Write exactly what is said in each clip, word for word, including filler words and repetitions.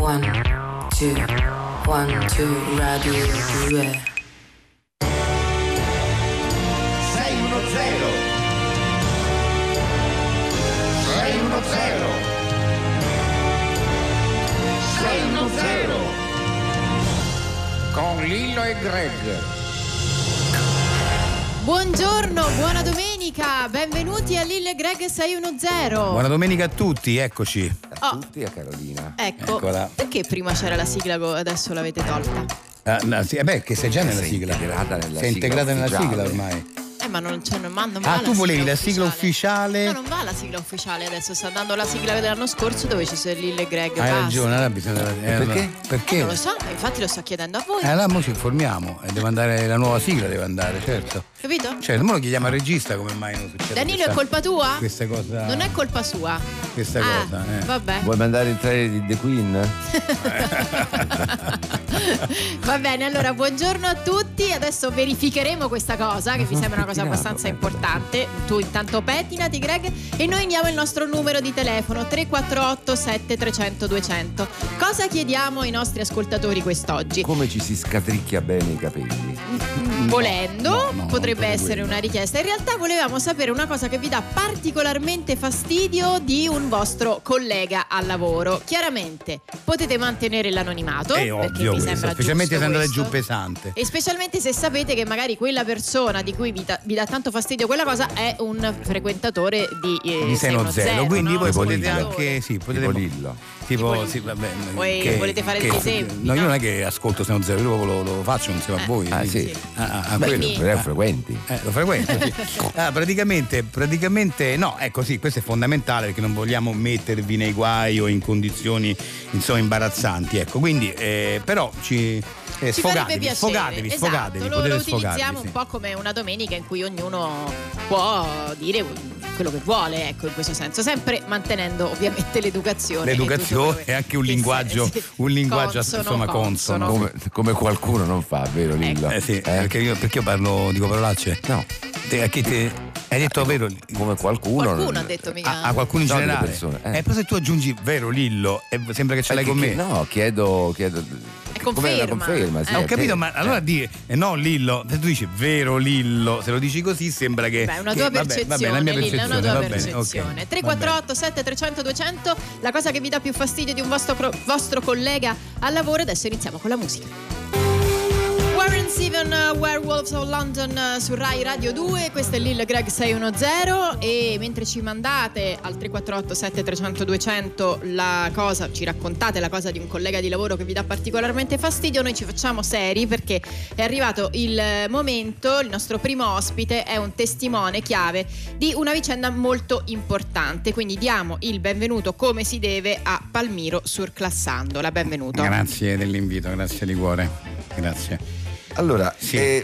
One, two, one, two, Radio due. sei uno zero sei uno zero sei uno zero con Lillo e Greg. Buongiorno, buona domenica, benvenuti a Lillo e Greg sei uno zero. Buona domenica a tutti, eccoci. A Oh. tutti e a Carolina. Ecco, Eccola. perché prima c'era la sigla e adesso l'avete tolta? Ah, no, sì, eh beh, che sei già nella Sei sigla. integrata nella sei sigla integrata nella ufficiale. sigla ormai. Eh, ma non, cioè, non, ma non va Ah, la tu volevi sigla la sigla ufficiale? No, non va la sigla ufficiale adesso, sta dando la sigla dell'anno scorso dove ci sono Lillo e Greg. Hai basta. ragione, allora bisogna. eh, Perché? allora- Eh, Perché? non lo so, infatti lo sto chiedendo a voi, Eh, allora mo ci informiamo e deve andare la nuova sigla, deve andare, certo. capito? Certo, mo lo chiediamo al regista come mai non succede. Danilo, questa, è colpa tua? Questa cosa. Non è colpa sua. Questa Ah, cosa, eh. vabbè. Vuoi mandare il trailer di The Queen? Va bene, allora buongiorno a tutti. Adesso verificheremo questa cosa che mi sembra una cosa abbastanza importante. Tu intanto pettinati, Greg, e noi diamo il nostro numero di telefono tre quattro otto sette tre zero zero due zero zero. Cosa chiediamo ai nostri ascoltatori quest'oggi? Come ci si scatricchia bene i capelli? Volendo, no, no, potrebbe non essere quello. una richiesta. In realtà volevamo sapere una cosa che vi dà particolarmente fastidio di un vostro collega al lavoro. Chiaramente potete mantenere l'anonimato, È perché ovvio mi questo, sembra specialmente se giusto andate questo. giù pesante. E specialmente se sapete che magari quella persona di cui vi, ta- vi dà tanto fastidio quella cosa è un frequentatore di, eh, Di sei uno zero, quindi no? voi Tipo potete Lillo. anche. Sì, potete. Tipo Lillo. Tipo, Tipo sì, vabbè. Voi che- volete fare che- degli esempi, No, io no? non è che ascolto sei uno zero, io lo, lo faccio insieme Eh. a voi. Ah, quindi- sì. Ah, ah, ah, Beh, Quindi- quello. però frequenti. Eh, lo frequento, sì. Ah, praticamente, praticamente no, ecco sì, questo è fondamentale perché non vogliamo mettervi nei guai o in condizioni insomma imbarazzanti, ecco, quindi eh, però ci eh, Ci farebbe sfogatevi, piacere. sfogatevi, Esatto, sfogatevi, lo, potete lo sfogarvi. utilizziamo Sì. un po' come una domenica in cui ognuno può dire quello che vuole, ecco, in questo senso, sempre mantenendo ovviamente l'educazione. L'educazione e tutto quello e anche un che linguaggio- se- un linguaggio, consono, insomma, consono. Come, come qualcuno non fa, vero Lillo? Eh sì, perché io, perché io parlo, dico parolacce? No, Te, a chi te, hai detto vero? come qualcuno. Qualcuno non- ha detto mica. A, a qualcuno in No, delle generale? persone, eh. Eh, però se tu aggiungi vero Lillo, eh, sembra che ce l'hai Eh, con che- me. No, chiedo, chiedo È come conferma. una conferma, sì, Eh, ho a capito, te. ma allora di eh, no Lillo, se tu dici vero Lillo, se lo dici così sembra che Beh, è una che- tua vabbè, percezione, vabbè, la mia Lilla, è percezione, una tua va bene, percezione. ok, tre va quattro bene. otto sette tre zero zero due zero zero, la cosa che vi dà più fastidio di un vostro, pro- vostro collega al lavoro. Adesso iniziamo con la musica. Warren Zevon, uh, Werewolves of London uh, su Rai Radio due, questo è Lil Greg sei uno zero, e mentre ci mandate al tre quattro otto sette tre zero zero due zero zero la cosa, ci raccontate la cosa di un collega di lavoro che vi dà particolarmente fastidio, noi ci facciamo seri perché è arrivato il momento, il nostro primo ospite è un testimone chiave di una vicenda molto importante, quindi diamo il benvenuto come si deve a Palmiro Surclassandola. Benvenuto. Grazie dell'invito, grazie di cuore. Grazie. Allora, Sì. eh,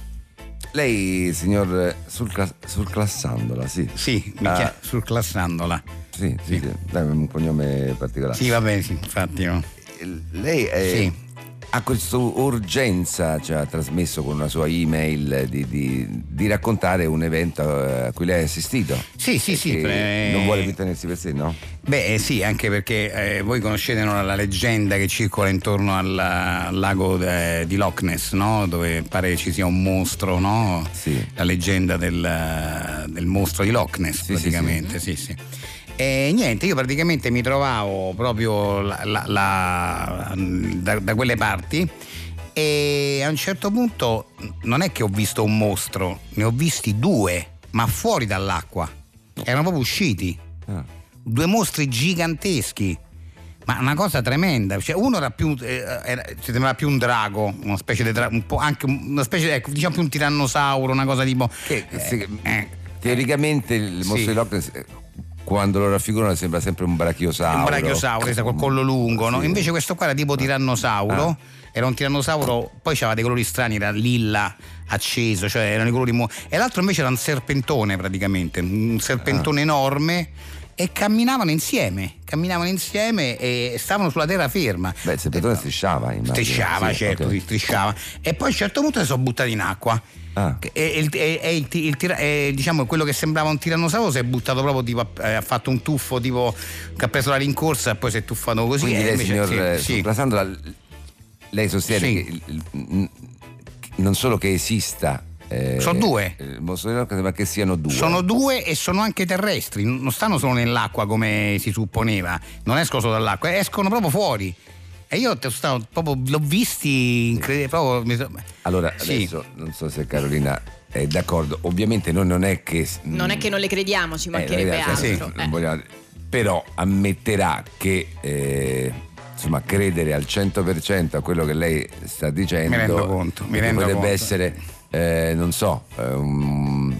lei, signor Surcla- Surclassandola, sì. Sì, mi Ah. chia- surclassandola. Sì, sì, sì. Dai, un cognome particolare. Sì, va bene, sì, infatti. No. Lei è, Sì. ha questa urgenza, ci ha trasmesso con una sua email di, di, di raccontare un evento a cui lei ha assistito. Sì, sì, sì. Perché eh, non vuole più tenersi per sé, no? Beh, eh, sì, anche perché eh, voi conoscete no, la leggenda che circola intorno al, al lago de- di Loch Ness, no? Dove pare ci sia un mostro, no? Sì. La leggenda del, del mostro di Loch Ness, Sì, praticamente, sì, sì. E niente, io praticamente mi trovavo proprio la- la- la- da, da quelle parti e a un certo punto non è che ho visto un mostro, ne ho visti due, ma fuori dall'acqua. Erano proprio usciti. Ah. Due mostri giganteschi, ma una cosa tremenda. Cioè, uno era più eh, era, sembrava più un drago, una specie di dra- un po' anche una specie, ecco, diciamo più un tirannosauro, una cosa tipo Che, eh, se- eh, teoricamente il mostro sì. di Loch Ness, eh, quando lo raffigurano sembra sempre un brachiosauro. un brachiosauro, questo col collo lungo, no? Sì. Invece questo qua era tipo tirannosauro. Ah. Era un tirannosauro, poi c'aveva dei colori strani, era lilla acceso, cioè erano i colori mo- e l'altro invece era un serpentone praticamente, un serpentone Ah. enorme. e camminavano insieme, camminavano insieme e stavano sulla terraferma. Beh, il serpentone strisciava, immagino. Strisciava, sì, certo, okay. strisciava. E poi a un certo punto si sono buttati in acqua. Ah. E, e, e, e il, il, il, e, diciamo quello che sembrava un tirannosauro si è buttato proprio tipo, eh, ha fatto un tuffo tipo che ha preso la rincorsa e poi si è tuffato così. Quindi lei, invece, signor sì, sì. Plasandola, lei sostiene Sì. che il- il- non solo che esista eh, Sono due. il mostro di Loch Ness, ma che siano due. Sono due e sono anche terrestri, non stanno solo nell'acqua come si supponeva, non escono solo dall'acqua, escono proprio fuori. E io stavo, proprio, l'ho visti incredibile, proprio, mi so- Allora, Sì. adesso non so se Carolina è d'accordo. Ovviamente noi non è che Non è che non le crediamo, ci Eh, mancherebbe ragazzi, altro. sì, Eh. non vogliamo- però ammetterà che eh, insomma credere al cento per cento a quello che lei sta dicendo Mi rendo conto, mi perché rendo potrebbe conto. essere eh, non so eh, um,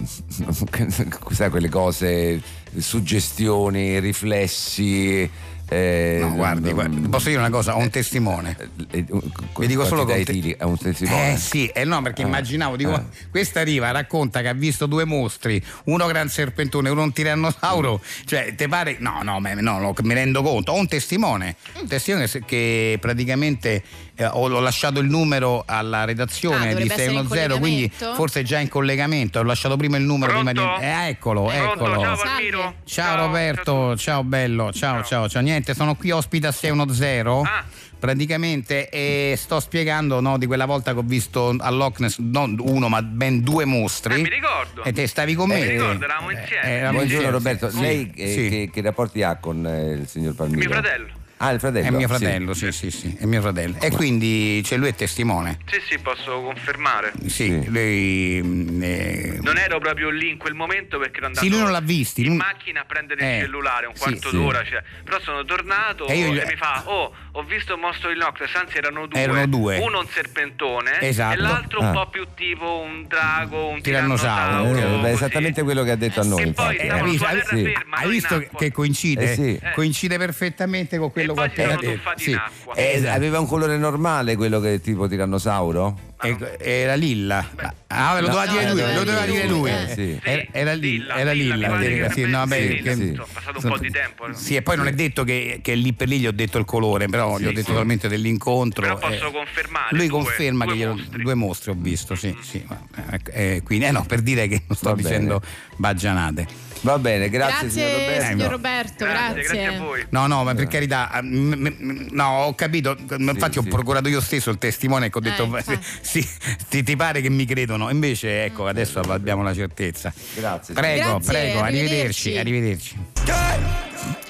sai, quelle cose, suggestioni, riflessi eh, No, guardi, non- guardi, posso dire una cosa, ho un testimone. eh, Vi dico solo quantità con di te- tiri, è un testimone. Eh sì, eh no, perché Ah, immaginavo, dico, ah. questa arriva, racconta che ha visto due mostri, uno gran serpentone e uno un tirannosauro, cioè te pare, no, no, ma- no, no, mi rendo conto, ho un testimone, un testimone se- che praticamente eh, ho, ho lasciato il numero alla Ah, redazione di dovrebbe essere in sei uno zero, quindi collegamento? forse è già in collegamento, ho lasciato prima il numero Pronto? prima di... Eh, eccolo, Pronto? eccolo. Ciao Salve. Palmiro. Ciao Roberto, ciao bello, ciao ciao ciao, niente, sono qui ospite a sei uno zero. Ah. Praticamente e sto spiegando, no, di quella volta che ho visto a Loch Ness non uno ma ben due mostri. Eh, mi ricordo. E te stavi con Eh, me. mi ricordo, Eh, eravamo insieme. eravamo Buongiorno insieme, Roberto, sì. lei eh, Sì. che, che rapporti ha con eh, il signor Palmiro? Mio fratello. Ah, il fratello? È mio Sì. fratello, sì, sì, sì, è mio fratello. E quindi cioè, lui è testimone. Sì, sì, posso confermare. Sì, Sì. lui mm, eh, Non ero proprio lì in quel momento perché ero andato Sì, lui non l'ha visti, in lui- macchina a prendere Eh, il cellulare un sì, quarto sì. d'ora, cioè. Però sono tornato E e, io gli- mi fa: oh, ho visto il mostro di Loch Ness, anzi erano due. Erano due. Uno un serpentone Esatto. e l'altro Ah. un po' più tipo un drago, un Tirannosauro. tirannosauro. Eh, beh, così. esattamente quello che ha detto a noi, Che poi infatti. eh, stavano hai sulla visto- terraferma, hai noi visto in che, acqua. che coincide? Eh, sì. Coincide perfettamente con quello E che ho poi si sono appena detto. tuffati Sì. in acqua. Eh, Eh, esatto. aveva un colore normale quello che è tipo tirannosauro? Ecco, era Lilla. Ah, lo doveva No, dire no, lui, no, lo doveva no, dire no, lui. eh, sì. Era, era Lilla, era Lilla, Lilla. mi pare che Sì, era no, beh, Lilla. che- Sì. Insomma, è passato un po' di tempo. Sì, e poi non è detto che, che lì per lì gli ho detto il colore, però gli ho Sì, detto sì. solamente dell'incontro. Però posso eh. confermare, Lui due- conferma due che glielo- mostri. due mostri ho visto, sì, sì. Eh, eh, quindi, eh no, per dire che non sto Va bene. dicendo baggianate. Va bene, grazie, Grazie, signor Roberto. signor no. Roberto, Grazie, grazie. grazie a voi. No, no, ma per carità, ah, m- m- no, ho capito, infatti ho sì. procurato io stesso il testimone che ho detto, Eh, infatti. sì, ti, ti pare che mi credono, invece ecco, adesso abbiamo la certezza. Grazie. Prego, Grazie, prego, arrivederci, arrivederci. arrivederci.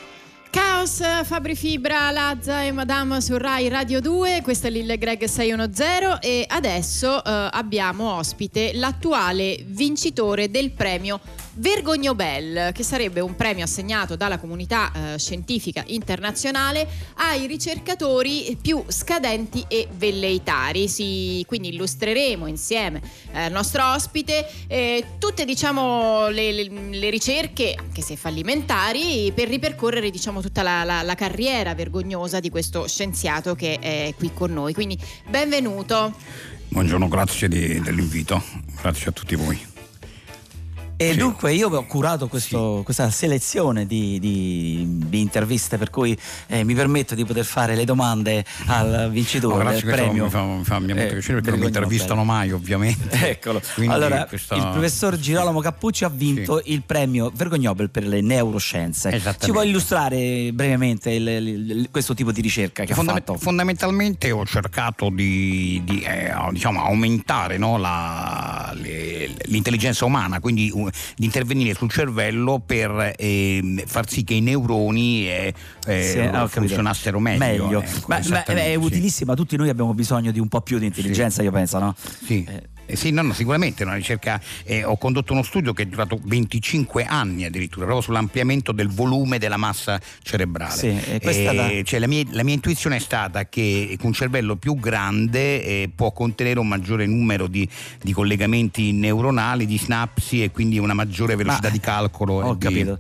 Caos, Fabri Fibra, Lazza e Madame su Rai Radio due, questo è Lille Greg sei uno zero e adesso eh, abbiamo ospite l'attuale vincitore del premio Vergognobel, che sarebbe un premio assegnato dalla comunità eh, scientifica internazionale ai ricercatori più scadenti e velleitari. Si, quindi illustreremo insieme eh, al nostro ospite eh, tutte diciamo le, le- le ricerche, anche se fallimentari, per ripercorrere diciamo tutta la, la- la carriera vergognosa di questo scienziato che è qui con noi. Quindi benvenuto. Buongiorno, grazie di- dell'invito, grazie a tutti voi. E Sì. dunque io ho curato questo- questa selezione di, di- di interviste per cui eh, mi permetto di poter fare le domande al vincitore No, grazie, del questo premio. mi fa, mi fa mi fa molto eh, piacere perché non mi Vergogno intervistano Nobel. mai, ovviamente. Eccolo. Quindi Allora, questo- il professor Girolamo Cappucci ha vinto il premio Vergognobel per le neuroscienze. Esattamente. Ci può illustrare brevemente il- il- il- questo tipo di ricerca che Fondam- ha fatto? Fondamentalmente ho cercato di, di, eh, diciamo, aumentare, no, la- le- l'intelligenza umana, quindi uh, di intervenire sul cervello per eh, far sì che i neuroni eh, eh, Sì, ah, ho capito. funzionassero meglio. ecco, Ma- ma, esattamente, è sì. utilissima, tutti noi abbiamo bisogno di un po' più di intelligenza, io penso, no? Sì. Eh, Eh sì, no, no, sicuramente una ricerca, eh, ho condotto uno studio che è durato venticinque anni addirittura, proprio sull'ampliamento del volume della massa cerebrale. Sì, e questa Eh, da- cioè, la, mia, la mia intuizione è stata che un cervello più grande eh, può contenere un maggiore numero di, di collegamenti neuronali, di sinapsi e quindi una maggiore velocità Ma- di calcolo. Ho e di- capito.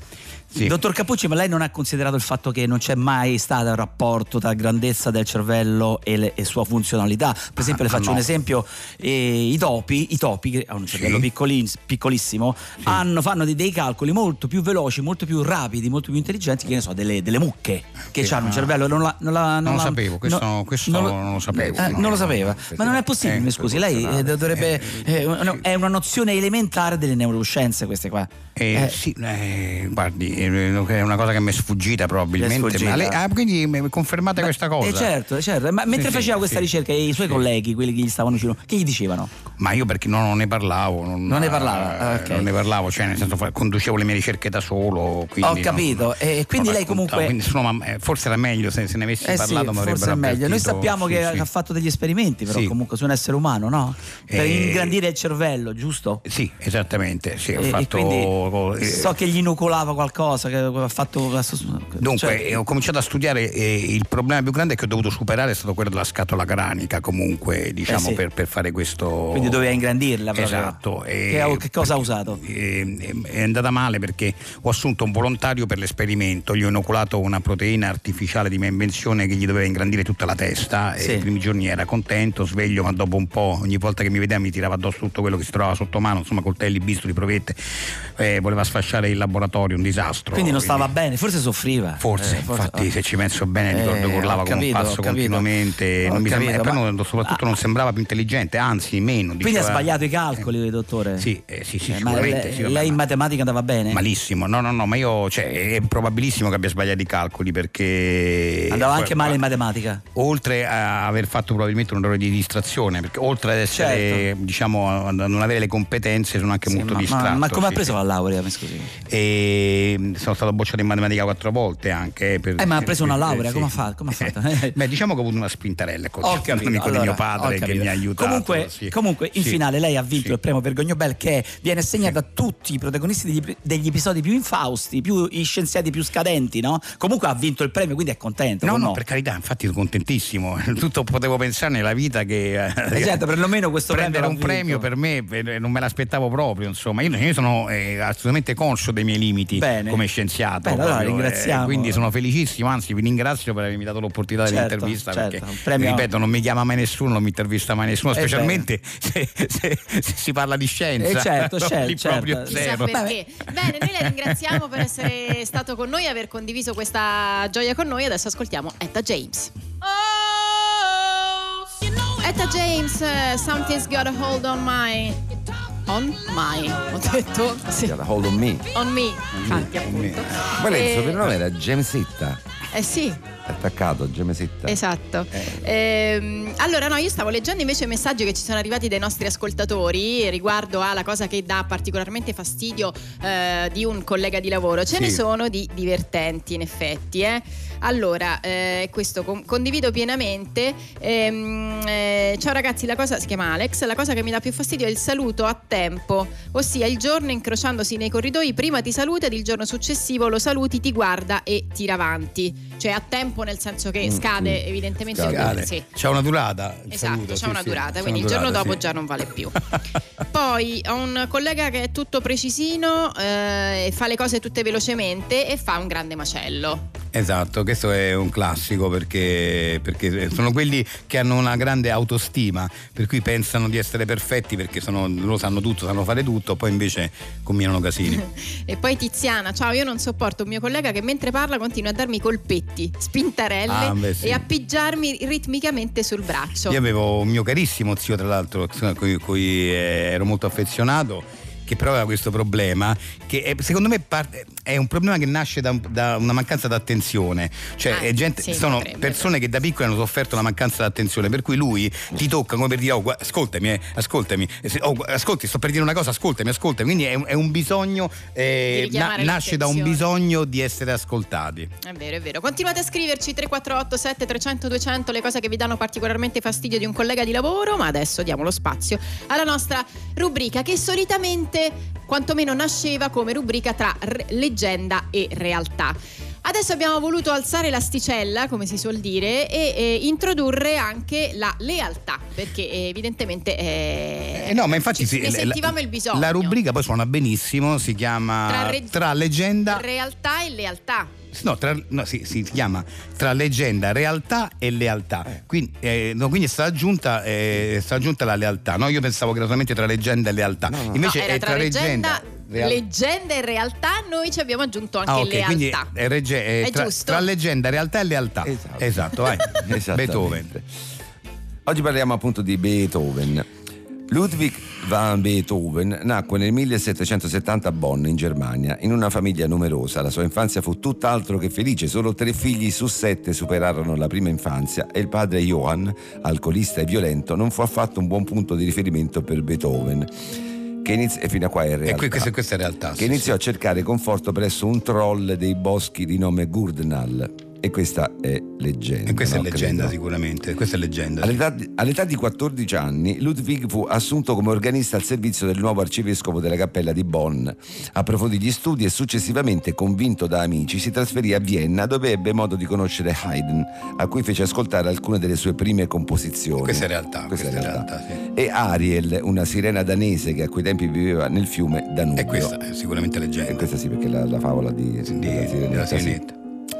Sì. Dottor Cappucci, ma lei non ha considerato il fatto che non c'è mai stato un rapporto tra grandezza del cervello e, le, e sua funzionalità? Per esempio, ah, le faccio no. un esempio: eh, i topi, i topi che hanno un cervello sì. piccolin, piccolissimo, sì. hanno, fanno dei, dei calcoli molto più veloci, molto più rapidi, molto più intelligenti che ne so, delle, delle mucche che sì, hanno un ah. cervello. Non, la, non, la, non, non lo la, sapevo, questo, no, questo non, non lo sapevo. Eh, no, non lo no, sapeva, no, ma non è possibile, eh, mi scusi, lei eh, dovrebbe. Eh, no, è una nozione elementare delle neuroscienze, queste qua. Eh, Eh. Sì, eh, guardi, è una cosa che mi è sfuggita probabilmente. Mi è sfuggita. Ma lei, ah, quindi mi confermate Beh, questa cosa? Eh certo, certo. Ma mentre Sì, faceva sì, questa sì. ricerca, i suoi Sì. colleghi, quelli che gli stavano vicino, che gli dicevano? Ma io perché non, non ne parlavo. Non, Non ne parlava, eh, ok. Non ne parlavo, cioè nel senso conducevo le mie ricerche da solo. Quindi Ho capito, non- e quindi non lei raccontavo. comunque- Quindi, insomma, ma, eh, forse era meglio se, se ne avessi Eh sì, parlato, mi forse è avrebbero meglio. Noi avvertito. sappiamo Sì, che, sì. che ha fatto degli esperimenti, però Sì. comunque su un essere umano, no? Per Eh, ingrandire il cervello, giusto? Sì, esattamente. Sì, ho E- e fatto. quindi eh, so che gli inoculava qualcosa, che ha fatto. Dunque, cioè- eh, ho cominciato a studiare e il problema più grande che ho dovuto superare è stato quello della scatola cranica, comunque, diciamo, Eh sì. per, per fare questo. Quindi doveva ingrandirla proprio. Esatto. e- Che, ha- che cosa ha usato? eh, È andata male perché ho assunto un volontario per l'esperimento, gli ho inoculato una proteina artificiale di mia invenzione che gli doveva ingrandire tutta la testa. Sì. E i primi giorni era contento, sveglio, ma dopo un po', ogni volta che mi vedeva mi tirava addosso tutto quello che si trovava sotto mano, insomma, coltelli, bisturi, provette, eh, voleva sfasciare il laboratorio, un disastro. Quindi non stava bene, forse soffriva. Forse, Eh, forse- infatti, se ci penso bene, ricordo che Eh, urlava ho come capito, un ho pazzo capito. continuamente. Ho Non mi sembra- capito, e poi ma- non- soprattutto Ah. non sembrava più intelligente, anzi, meno. Quindi diceva- ha sbagliato i calcoli, dottore? Sì, eh, sì, sì, Eh, ma sicuramente. lei, sì, vabbè, lei in ma- matematica andava bene? Malissimo, no, no, no, ma io, cioè, è probabilissimo che abbia sbagliato i calcoli perché. Andava anche poi- male in matematica? Oltre a aver fatto probabilmente un errore di distrazione, perché oltre ad essere, Certo. diciamo, a non avere le competenze, sono anche Sì, molto ma, distratto. ma, ma come sì, ha preso sì. la laurea, mi scusi? E sono stato bocciato in matematica quattro volte anche. Per, Eh, ma ha preso una laurea, sì. come ha fatto? Come ha fatto? Beh, diciamo che ho avuto una spintarella così, Ho capito, amico allora, di mio ho padre che capito. mi ha aiutato. Comunque, sì. comunque in Sì. finale lei ha vinto Sì. il premio Vergogno Nobel, che viene assegnato a tutti i protagonisti degli, degli episodi più infausti, più i scienziati più scadenti, no? Comunque ha vinto il premio, quindi è contento. No, o no, per carità, infatti sono contentissimo. Tutto potevo pensare nella vita che Eh, certo, perlomeno questo prendere premio un l'ha premio vinto. per me eh, non me l'aspettavo proprio, insomma. Io, io sono eh, assolutamente conscio dei miei limiti Bene. come scienziato. Bene, allora proprio, ringraziamo. eh, quindi sono felicissimo, anzi vi ringrazio per avermi dato l'opportunità Certo, dell'intervista certo, perché un premio- ripeto, non mi chiama mai nessuno, non mi intervista mai nessuno, Eh, specialmente se, se- se si parla di scienza. Eh, certo, No, certo, lì proprio certo. Chissà zero. perché. Bene, noi la ringraziamo per essere stato con noi e aver condiviso questa gioia con noi. Adesso ascoltiamo Etta James. Etta James, eh, Something's Got a Hold on My. On my, ho detto? Sì. Got a Hold on Me. On me, infatti, appunto. Ma lei il Eh, suo soprannome era Gemesetta. Eh sì, Attaccato, Gemesetta. esatto. Ehm, allora, no, io stavo leggendo invece i messaggi che ci sono arrivati dai nostri ascoltatori riguardo alla cosa che dà particolarmente fastidio eh, di un collega di lavoro. Ce Sì. ne sono di divertenti, in effetti. Eh. Allora, eh, questo con- condivido pienamente. Ehm, eh, ciao ragazzi, la cosa si chiama Alex. La cosa che mi dà più fastidio è il saluto a tempo, ossia il giorno incrociandosi nei corridoi, prima ti saluta ed il giorno successivo lo saluti, ti guarda e tira avanti. Cioè a tempo nel senso che scade evidentemente. Scade. Sì. C'è una durata. il Esatto, saluto, c'è sì, una sì, durata, c'è quindi una il giorno durata, dopo sì. già non vale più. Poi ho un collega che è tutto precisino, eh, fa le cose tutte velocemente e fa un grande macello. Esatto, questo è un classico perché, perché sono quelli che hanno una grande autostima, per cui pensano di essere perfetti perché sono, loro sanno tutto, sanno fare tutto, poi invece combinano casini. E poi Tiziana, ciao, io non sopporto un mio collega che mentre parla continua a darmi colpetti, spintarelle Ah, beh, sì. e a pigiarmi ritmicamente sul braccio. Io avevo un mio carissimo zio, tra l'altro, a cui, cui eh, ero molto affezionato, che però aveva questo problema che è, secondo me parte, è un problema che nasce da, da una mancanza d'attenzione, cioè Ah, è gente, sì, sono potrebbe, persone che da piccole hanno sofferto una mancanza d'attenzione, per cui lui ti tocca come per dire oh, gua- ascoltami, eh, ascoltami, eh, se- oh, ascolti, sto per dire una cosa, ascoltami, ascoltami, quindi è, un- è un bisogno, eh, Di richiamare nasce da un l'attenzione. bisogno di essere ascoltati. È vero, è vero. Continuate a scriverci tre quattro otto sette trecento duecento le cose che vi danno particolarmente fastidio di un collega di lavoro, ma adesso diamo lo spazio alla nostra rubrica che solitamente quantomeno nasceva come rubrica tra r- leggenda e realtà. Adesso abbiamo voluto alzare l'asticella, come si suol dire, e eh, introdurre anche la lealtà, perché eh, evidentemente eh, eh no, ma infatti ci, sì, ne sentivamo la, il bisogno. La rubrica poi suona benissimo, si chiama Tra, re- tra leggenda, realtà e lealtà. No, tra, no sì, si chiama tra leggenda, realtà e lealtà. Eh. Quindi, eh, no, quindi è stata aggiunta, eh, è stata aggiunta la lealtà. No, io pensavo che era solamente tra leggenda e lealtà. No, no. Invece No, era è tra, tra leggenda, leggenda, real- leggenda e realtà. Noi ci abbiamo aggiunto anche Ah, ok, lealtà. quindi è, regge- è È tra, giusto? tra leggenda, realtà e lealtà. Esatto. Esatto, vai. Esattamente. Beethoven. Oggi parliamo appunto di Beethoven. Ludwig van Beethoven nacque nel millesettecentosettanta a Bonn, in Germania, in una famiglia numerosa. La sua infanzia fu tutt'altro che felice, solo tre figli su sette superarono la prima infanzia e il padre Johann, alcolista e violento, non fu affatto un buon punto di riferimento per Beethoven. Che inizi- e fino a qua è realtà. E que- questa, questa è realtà. Che sì, iniziò sì. a cercare conforto presso un troll dei boschi di nome Gurdnal. E questa è leggenda. E questa no? è leggenda, Credo. sicuramente. Questa è leggenda. Sì. All'età di, all'età di quattordici anni Ludwig fu assunto come organista al servizio del nuovo arcivescovo della cappella di Bonn. Approfondì gli studi e successivamente, convinto da amici, si trasferì a Vienna, dove ebbe modo di conoscere Haydn, a cui fece ascoltare alcune delle sue prime composizioni. Questa è realtà. Questa Questa è è realtà. realtà, sì. E Ariel, una sirena danese che a quei tempi viveva nel fiume Danubio. E questa è sicuramente leggenda. E questa sì, perché la, la favola di, Di- della sirenetta, della sì. sirenetta.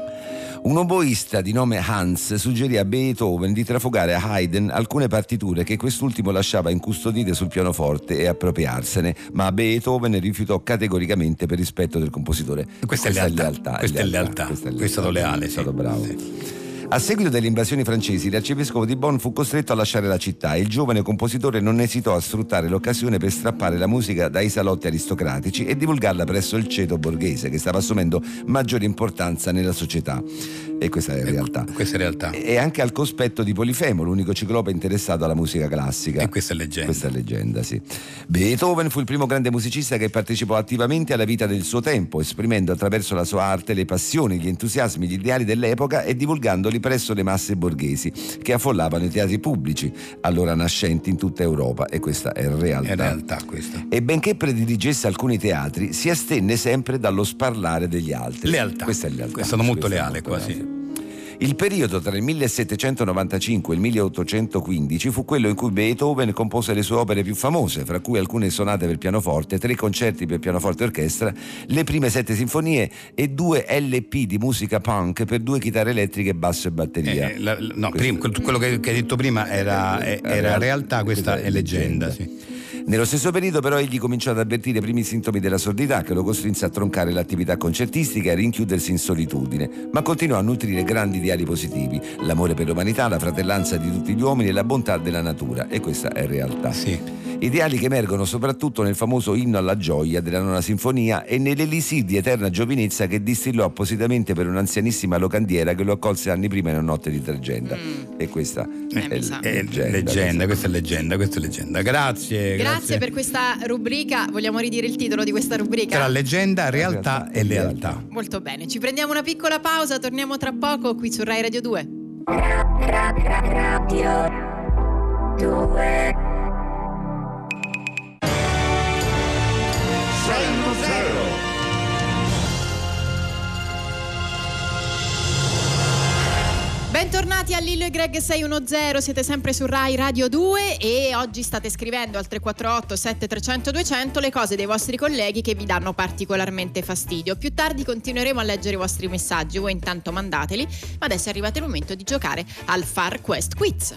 Un oboista di nome Hans suggerì a Beethoven di trafugare a Haydn alcune partiture che quest'ultimo lasciava incustodite sul pianoforte e appropriarsene, ma Beethoven rifiutò categoricamente per rispetto del compositore. Questa è lealtà. Questa è lealtà. Questa Questo è stato leale, È sì. stato bravo. Sì. A seguito delle invasioni francesi, l'arcivescovo di Bonn fu costretto a lasciare la città e il giovane compositore non esitò a sfruttare l'occasione per strappare la musica dai salotti aristocratici e divulgarla presso il ceto borghese, che stava assumendo maggiore importanza nella società. E questa è in realtà. Questa è realtà. E anche al cospetto di Polifemo, l'unico ciclope interessato alla musica classica. E questa è leggenda. Questa è leggenda, sì. Beethoven fu il primo grande musicista che partecipò attivamente alla vita del suo tempo, esprimendo attraverso la sua arte le passioni, gli entusiasmi, gli ideali dell'epoca e divulgandoli presso le masse borghesi che affollavano i teatri pubblici, allora nascenti in tutta Europa. E questa è realtà. È realtà questa. E benché prediligesse alcuni teatri, si astenne sempre dallo sparlare degli altri. Lealtà. Questa è lealtà. È stato molto Questa è leale, molto quasi. leale. Il periodo tra il millesettecentonovantacinque e il milleottocentoquindici fu quello in cui Beethoven compose le sue opere più famose, fra cui alcune sonate per pianoforte, tre concerti per pianoforte e orchestra, le prime sette sinfonie e due L P di musica punk per due chitarre elettriche, basso e batteria. Eh, la- la- no, Questo- prim- quello che, che hai detto prima era, eh, era realtà, questa è leggenda. Sì. Nello stesso periodo però egli cominciò ad avvertire i primi sintomi della sordità che lo costrinse a troncare l'attività concertistica e a rinchiudersi in solitudine, ma continuò a nutrire grandi ideali positivi, l'amore per l'umanità, la fratellanza di tutti gli uomini e la bontà della natura, e questa è realtà. Sì. Ideali che emergono soprattutto nel famoso inno alla gioia della nona sinfonia e nell'elisir di eterna giovinezza che distillò appositamente per un'anzianissima locandiera che lo accolse anni prima in una notte di tregenda. Mm. E questa Eh, è mi sa. È leggenda. leggenda, questa è leggenda, questa è leggenda. Grazie. Grazie per questa rubrica. Vogliamo ridire il titolo di questa rubrica? Tra leggenda, realtà e lealtà. Molto bene, ci prendiamo una piccola pausa, torniamo tra poco qui su Rai Radio due. Bentornati a Lillo e Greg sei uno zero, siete sempre su Rai Radio due e oggi state scrivendo al tre quattro otto sette tre zero zero due zero zero le cose dei vostri colleghi che vi danno particolarmente fastidio. Più tardi continueremo a leggere i vostri messaggi, voi intanto mandateli, ma adesso è arrivato il momento di giocare al Far Quest Quiz.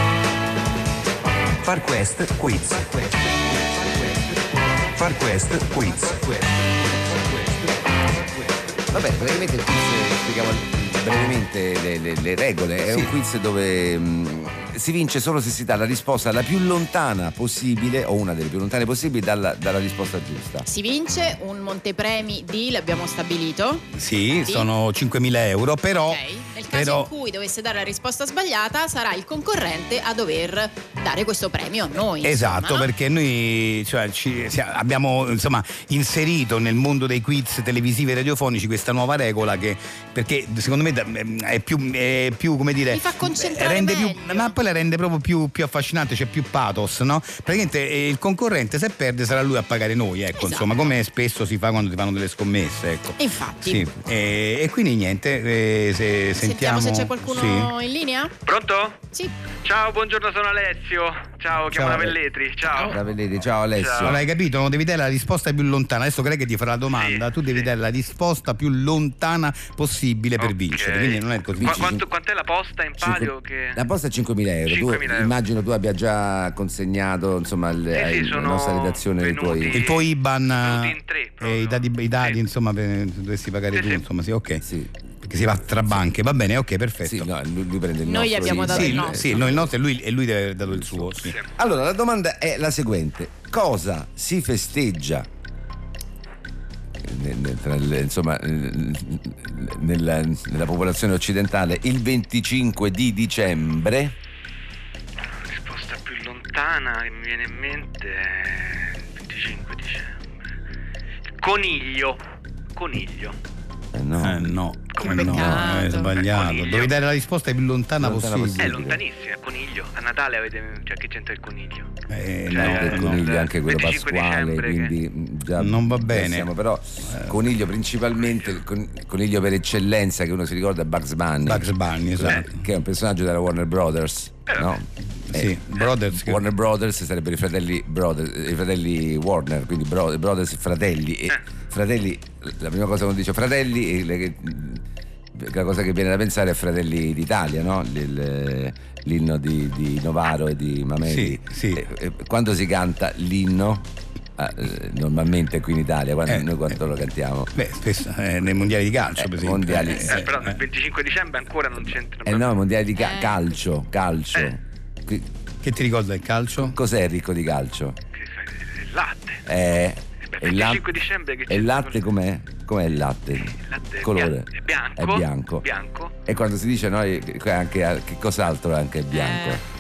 Far Quest Quiz. Far Quest Quiz. Va bene, praticamente il quiz, spieghiamo brevemente le, le- le regole. È Sì. un quiz dove mh, si vince solo se si dà la risposta la più lontana possibile, o una delle più lontane possibili, dalla, dalla risposta giusta. Si vince un montepremi di, l'abbiamo stabilito. Sì, Sì. sono cinquemila euro, però. Ok, nel caso però in cui dovesse dare la risposta sbagliata sarà il concorrente a dover dare questo premio a noi. Esatto, insomma, no? perché noi cioè, ci, si- abbiamo insomma inserito nel mondo dei quiz televisivi e radiofonici questa nuova regola che perché secondo me da- è più, è più come dire Mi fa concentrare rende più, meglio. ma poi quella rende proprio più, più affascinante, c'è più pathos, no? Praticamente eh, il concorrente, se perde, sarà lui a pagare noi, ecco, Esatto. insomma, come spesso si fa quando ti fanno delle scommesse, ecco. Infatti. Sì, e, e quindi niente, eh, se Sentiamo sentiamo se c'è qualcuno sì. in linea. Pronto? Sì. Ciao, buongiorno, sono Alessio. Ciao, chiamo Ciao. la Velletri. Ciao. La vedete, ciao Alessio. Ciao. Allora, hai capito? Non devi dare la risposta più lontana. Adesso Greg ti farà la domanda, Sì, tu devi sì. dare la risposta più lontana possibile per Ok. vincere. Quindi non è così. Qua- quanto, quant'è la posta in palio? Che... La posta è cinquemila euro. cinquemila Tu, euro. immagino tu abbia già consegnato insomma al- Sì, sì, ai- alla sono nostra redazione i tuoi. venuti- Il tuo I B A N Venuti in tre, e proprio. i dati, i dati Sì. insomma, per- dovresti pagare Sì, tu, sì. insomma, sì, ok. Sì. Perché si va tra banche, va bene, ok, perfetto. Sì, no, lui, lui prende il Noi nostro. gli abbiamo sì, dato Sì, il lui- nostro. sì, noi il nostro e lui, e lui deve aver dato il suo. Sì. Allora, la domanda è la seguente: cosa si festeggia nel- nel- tra il- insomma nella, nella popolazione occidentale il venticinque di dicembre? La risposta più lontana che mi viene in mente è il venticinque dicembre. Coniglio. Coniglio. Eh, no. Eh, no, Come no, peccato. è sbagliato. Coniglio. Devi dare la risposta più lontana, Lontana possibile. È Sì, lontanissimo, è coniglio. A Natale avete. Cioè, che c'entra il coniglio? Eh, Cioè, no, del no. coniglio, anche quello venticinque pasquale, dicembre che- quindi mh, già Non va già bene. siamo, però coniglio principalmente, il con- coniglio per eccellenza che uno si ricorda è Bugs Bunny. Bugs Bunny, esatto. Che è un personaggio della Warner Brothers, Eh, no? Sì, Eh, Brothers. che- Warner Brothers sarebbero i fratelli Brothers, i fratelli Warner, quindi bro- Brothers fratelli e Eh. fratelli, la prima cosa che uno dice fratelli e le- la cosa che viene da pensare è Fratelli d'Italia, no? Il- l'inno di, di Novaro e di Mameli. Sì, sì. E- e quando si canta l'inno, ah, eh, normalmente qui in Italia, quando, Eh, noi quando lo cantiamo, Beh, spesso eh, nei mondiali di calcio, Eh, per esempio. mondiali, Eh, Eh, però eh. il venticinque dicembre ancora non c'entra. eh no, mondiali di ca- Eh. calcio, calcio. Eh. Qui- Che ti ricorda il calcio? Cos'è il ricco di calcio? Che fai? Il latte. Eh, Beh, e il la- venticinque dicembre che e il c'entra latte col- com'è? Com'è il latte? Il latte è Colore? bia- è bianco. È bianco. Bianco. E quando si dice noi che anche che cos'altro anche è bianco? Eh.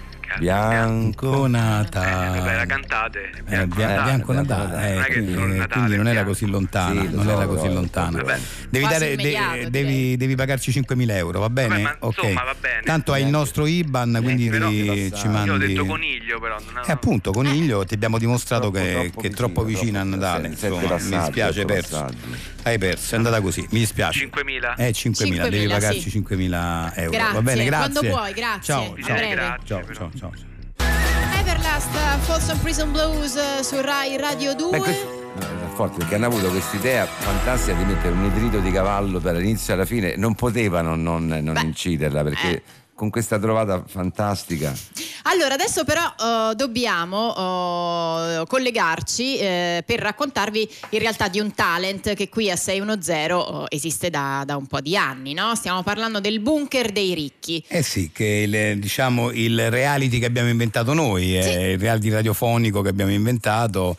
Bianco. Con Eh, Natale. vabbè, la cantate. Eh, Bianco bia- Natale. bianco Bianco Natale, Natale. eh, Non è che quindi, solo il Natale, quindi non era bianco. così lontana, Sì, lo non so, era così però, lontana. vabbè. Devi, Quasi dare, de- immediato, devi, direi. devi pagarci cinquemila euro, va bene? Vabbè, ma Ok. insomma, va bene. Tanto hai il nostro I B A N, quindi però- devi- ci mandi. Io ho detto coniglio, però. Non Eh, appunto, coniglio, ti abbiamo dimostrato Troppo, che, troppo che è troppo vicino, vicino a troppo- Natale. sette Insomma, mi passaggi, dispiace, hai otto perso. passaggi. Hai perso, è andata così, mi dispiace. cinquemila. Eh, cinquemila, devi cinquemila, pagarci sì. cinquemila euro. Grazie, Va bene, grazie. quando puoi, grazie. Ciao, A ciao. breve. Grazie, Ciao, però. ciao, ciao. Everlast, Folsom Prison Blues eh, su Rai Radio due. Beh, questo no, è forte perché hanno avuto questa idea fantastica di mettere un nitrito di cavallo dall'inizio alla fine, non potevano non, non Beh, inciderla perché eh. con questa trovata fantastica. Allora, adesso però eh, dobbiamo eh, collegarci eh, per raccontarvi in realtà di un talent che qui a sei uno zero eh, esiste da, da un po' di anni, no? Stiamo parlando del bunker dei ricchi. Eh sì, che il, diciamo il reality che abbiamo inventato noi, Sì. è il reality radiofonico che abbiamo inventato,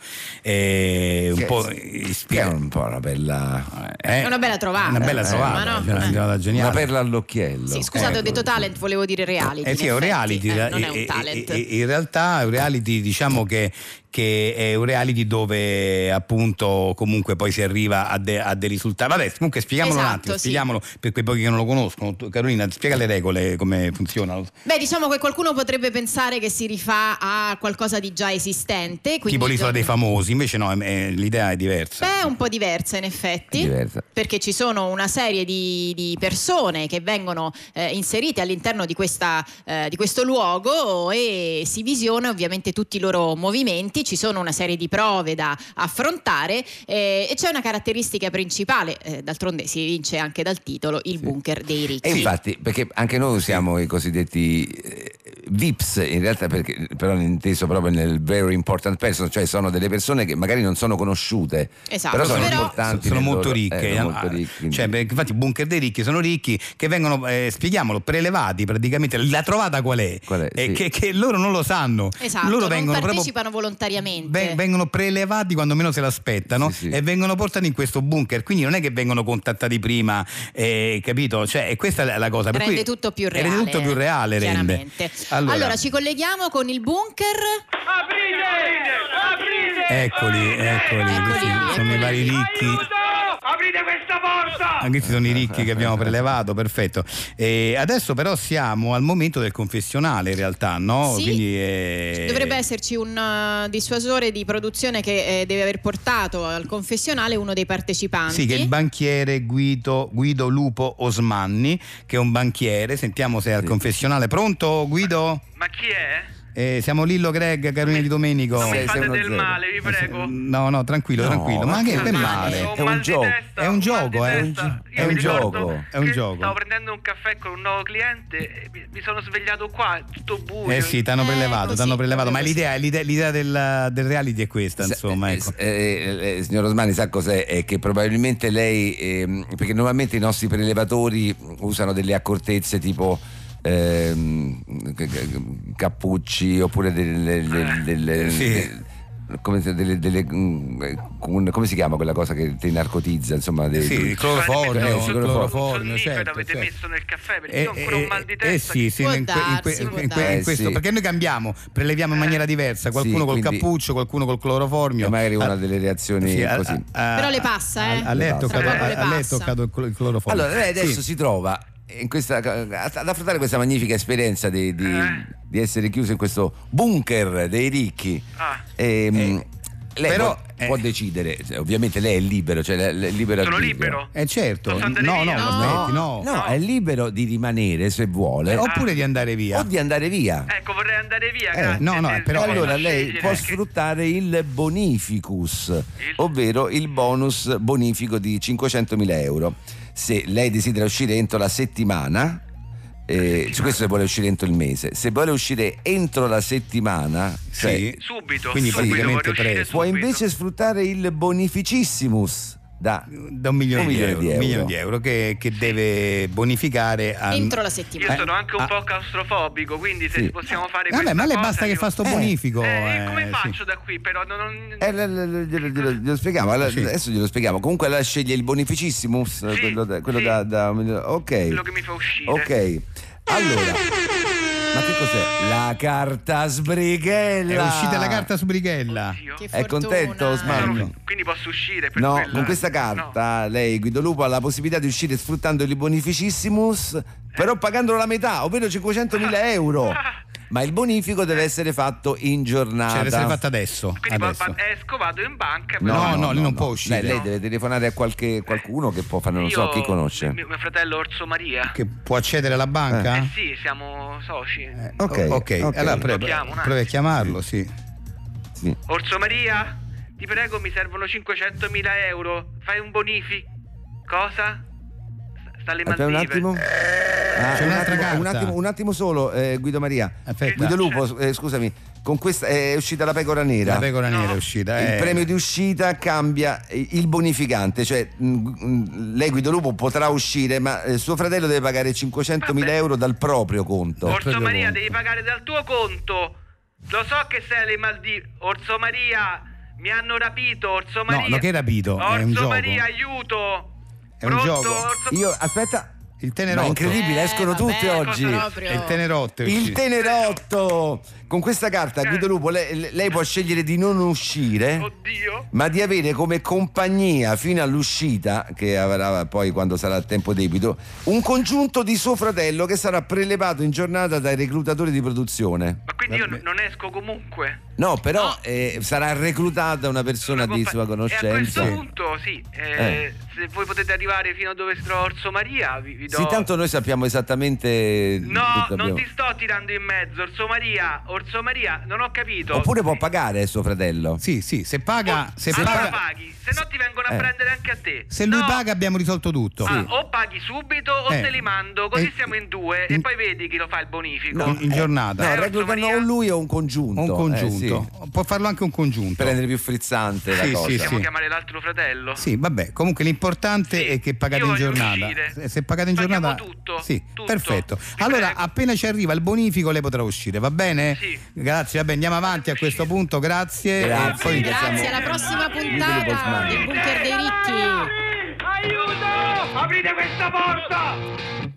è un Che- po' Che è un po' una bella, eh, È una bella trovata, una bella insomma, trovata, no? cioè, una Eh. trovata geniale. una perla all'occhiello. Sì, scusate, ho detto talent, volevo dire reality. Eh sì, in è un effetti. reality, Eh, non è e- un talent. e- e- in realtà è un reality, diciamo che, che è un reality dove appunto comunque poi si arriva a, de- a dei risultati. Vabbè, comunque spieghiamolo un Esatto, attimo, sì. spieghiamolo per quei pochi che non lo conoscono. Tu, Carolina, spiega le regole, come funzionano. Beh, diciamo che qualcuno potrebbe pensare che si rifà a qualcosa di già esistente. Quindi Tipo l'isola dei famosi, invece no, è- è- l'idea è diversa. Beh, è un po' diversa in effetti, Diversa. perché ci sono una serie di, di persone che vengono eh, inserite all'interno di, questa, eh, di questo luogo e si visiona ovviamente tutti i loro movimenti, ci sono una serie di prove da affrontare eh, e c'è una caratteristica principale, eh, d'altronde si evince anche dal titolo, il bunker dei ricchi. E infatti, perché anche noi usiamo i cosiddetti eh, V I Ps, in realtà, perché, però inteso proprio nel very important person, cioè sono delle persone che magari non sono conosciute, Esatto, però sono però- importanti. sono nel molto loro- ricche, eh, sono molto ah, ricchi, quindi- cioè, perché infatti i bunker dei ricchi sono ricchi che vengono, eh, spieghiamolo, prelevati praticamente. La trovata qual è? Qual è? Eh, Sì. che, che loro non lo sanno. Esatto, loro non vengono partecipano proprio, volontariamente. ven- vengono prelevati quando meno se l'aspettano, Sì, sì. e vengono portati in questo bunker, quindi non è che vengono contattati prima, eh, capito? Cioè, e questa è la cosa, per Rende cui tutto più reale. rende tutto più reale, rende. Chiaramente. Allora, Allora, ci colleghiamo con il bunker. Aprite! Aprite! eccoli, eccoli, Eccoli, questi sono eccoli. i vari ricchi. Aprite questa porta! Ah, questi sono i ricchi che abbiamo prelevato, perfetto. E adesso però siamo al momento del confessionale in realtà, no? Sì. Quindi eh... Dovrebbe esserci un uh, dissuasore di produzione che eh, deve aver portato al confessionale uno dei partecipanti. Sì, che è il banchiere Guido, Guido Lupo Osmanni, che è un banchiere. Sentiamo se è al Sì. confessionale. Pronto, Guido? Ma chi è? Eh, siamo Lillo, Greg, Carolina Di Domenico. Non mi Sei- fate sei uno del zero. male, vi prego. No, no, tranquillo, No, tranquillo. Ma che ma che che male? Ho È un mal di gioco. testa, È un ho gioco, mal di eh. testa. È Io un mi ricordo gioco. È un che gioco. Stavo prendendo un caffè con un nuovo cliente e mi, mi sono svegliato qua, tutto buio. Eh sì, t'hanno Eh, prelevato, così, t'hanno prelevato. Ma proprio l'idea, l'idea, l'idea del, del reality è questa, Sa- insomma. eh, Ecco. eh, eh, eh, signor Osmani, sa cos'è? È che probabilmente lei, ehm, perché normalmente i nostri prelevatori usano delle accortezze tipo ehm, c- c- cappucci oppure delle, delle, delle- Sì. de- come, se- delle- delle- mm, eh, con- come si chiama quella cosa che ti narcotizza, insomma, dei- Sì, dei- il cloroformio, Eh, il sì, cloroformio, Il certo, avete certo. messo nel caffè perché io ho ancora un mal di Eh, testa. sì, sì, Può in, que- in que- darsi, in può que- in darsi. questo, Eh, sì. perché noi cambiamo, preleviamo in maniera diversa, qualcuno Sì, col quindi- cappuccio, qualcuno col cloroformio. E magari una Ah, delle reazioni sì, a- così. a- Però le passa, eh. A, a lei è Le toccato, passa. a- a lei è Passa. toccato il, cl- il cloroformio. Allora, lei adesso Sì. si trova in questa, ad affrontare questa magnifica esperienza di, di- Eh. di essere chiuso in questo bunker dei ricchi. Ah. Ehm, Eh, lei però, può, eh. può decidere, cioè, ovviamente lei è libero, cioè lei è libero Sono arbitrio. libero? Eh certo, Posso andare no, no, via? aspetti, no. No, è libero di rimanere se vuole Eh, oppure di andare via. o di andare via. Ecco, vorrei andare via, Eh, grazie. no, no, Se- però- se E allora posso lei scegliere può che- sfruttare il bonificus, ovvero il bonus bonifico di cinquecentomila euro. Se lei desidera uscire entro la settimana, eh, su questo se vuole uscire entro il mese, se vuole uscire entro la settimana, cioè, Sì. Subito, Quindi subito, praticamente vorrei uscire preso. può subito. invece sfruttare il bonificissimus da Da un milione, Un di, milione euro, di un euro. milione di euro che, che deve bonificare a, Entro la Io settimana. sono anche un ah. po' claustrofobico, quindi se Sì. possiamo fare Vabbè, questa ma lei cosa, basta che io- fa sto Eh. bonifico. Eh, eh, come sì. faccio da qui però? Non, non... Eh, l- l- glielo, glielo- glielo spieghiamo, allora, Sì. adesso glielo spieghiamo. Comunque lei sceglie il bonificissimus, Sì, quello, da, quello sì. da, da- ok. quello che mi fa uscire. Ok, allora, ma che cos'è? La carta sbrighella. È uscita la carta su Brighella. Oddio. Che È fortuna. contento, Osman? Sono- quindi posso uscire per No, quella... con questa carta lei, Guido Lupo, ha la possibilità di uscire sfruttando il bonificissimus, però pagandolo la metà, ovvero cinquecentomila euro. Ma il bonifico deve essere fatto in giornata. Cioè, deve essere fatta adesso. No. Quindi adesso. pa- pa- esco, vado in banca. No, però- no, lei non può uscire. Lei, lei deve telefonare a qualche, qualcuno che può fare, non Io, so chi conosce. Mio, mio fratello Orso Maria. Che può accedere alla banca? Eh sì, siamo soci. Eh, Ok, o- ok, ok. allora Lo prego, chiamo un provi a attimo. chiamarlo, sì. Sì. Orso Maria, ti prego, mi servono cinquecentomila euro. Fai un bonifico. Cosa? Sta alle Aspetta un Maldive. attimo. Ah, C'è un, un'altra attimo, un carta. attimo, un attimo solo, eh, Guido Maria. Aspetta. Guido Lupo, eh, scusami, con questa è uscita la pecora nera. La pecora nera No. è uscita. Il eh. premio di uscita cambia il bonificante, cioè mh, mh, lei Guido Lupo potrà uscire, ma eh, suo fratello deve pagare cinquecentomila Vabbè. euro dal proprio conto. Orso Proprio Maria, conto. devi pagare dal tuo conto. Lo so che sei alle Maldive. Orso Maria, mi hanno rapito. Orso No, Maria. no, che rapito? È Orso un gioco. Maria, aiuto. È un Pronto, gioco. Orso... Io aspetta, Il ma tenerotto. incredibile, Eh, escono vabbè, tutte oggi. proprio. È il tenerotto. è Il uscito. tenerotto! Con questa carta, Eh. Guido Lupo, lei, lei può scegliere di non uscire, Oddio. ma di avere come compagnia fino all'uscita, che avrà poi quando sarà il tempo debito, un congiunto di suo fratello che sarà prelevato in giornata dai reclutatori di produzione. Ma quindi io Vabbè. non esco comunque. No, però No. eh, sarà reclutata una persona Una di compa- sua E a conoscenza. questo punto, sì, eh, Eh. se voi potete arrivare fino a dove si trova Orso Maria, vi, vi do... Sì, tanto noi sappiamo esattamente. No, tutto non abbiamo- ti sto tirando in mezzo, Orso Maria, Orso Maria, non ho capito. Oppure può pagare eh, suo fratello. Sì, sì, se paga, se allora paga, paghi, se no ti vengono a Eh. prendere anche a te. se lui No. paga abbiamo risolto tutto. Ah, o paghi subito o Eh. te li mando, così Eh. siamo in due In- e poi vedi chi lo fa il bonifico. in, in giornata. No, Eh, reclutano Orso Maria? o lui o un congiunto. un congiunto. eh, sì, Può farlo anche un congiunto. per rendere più frizzante la Sì, cosa. sì, Possiamo sì. chiamare l'altro fratello? Sì, vabbè, comunque l'importante Sì, è che pagate io in voglio giornata. uscire. Se- Se pagate in Paghiamo giornata. tutto, Sì, tutto. perfetto. Vi Allora, prego. appena ci arriva il bonifico, lei potrà uscire, va bene? Sì. Grazie, vabbè, andiamo avanti a questo punto, grazie. Grazie. E poi Grazie, alla prossima puntata del Bunker dei Ricchi. Aiuto! Aprite questa porta!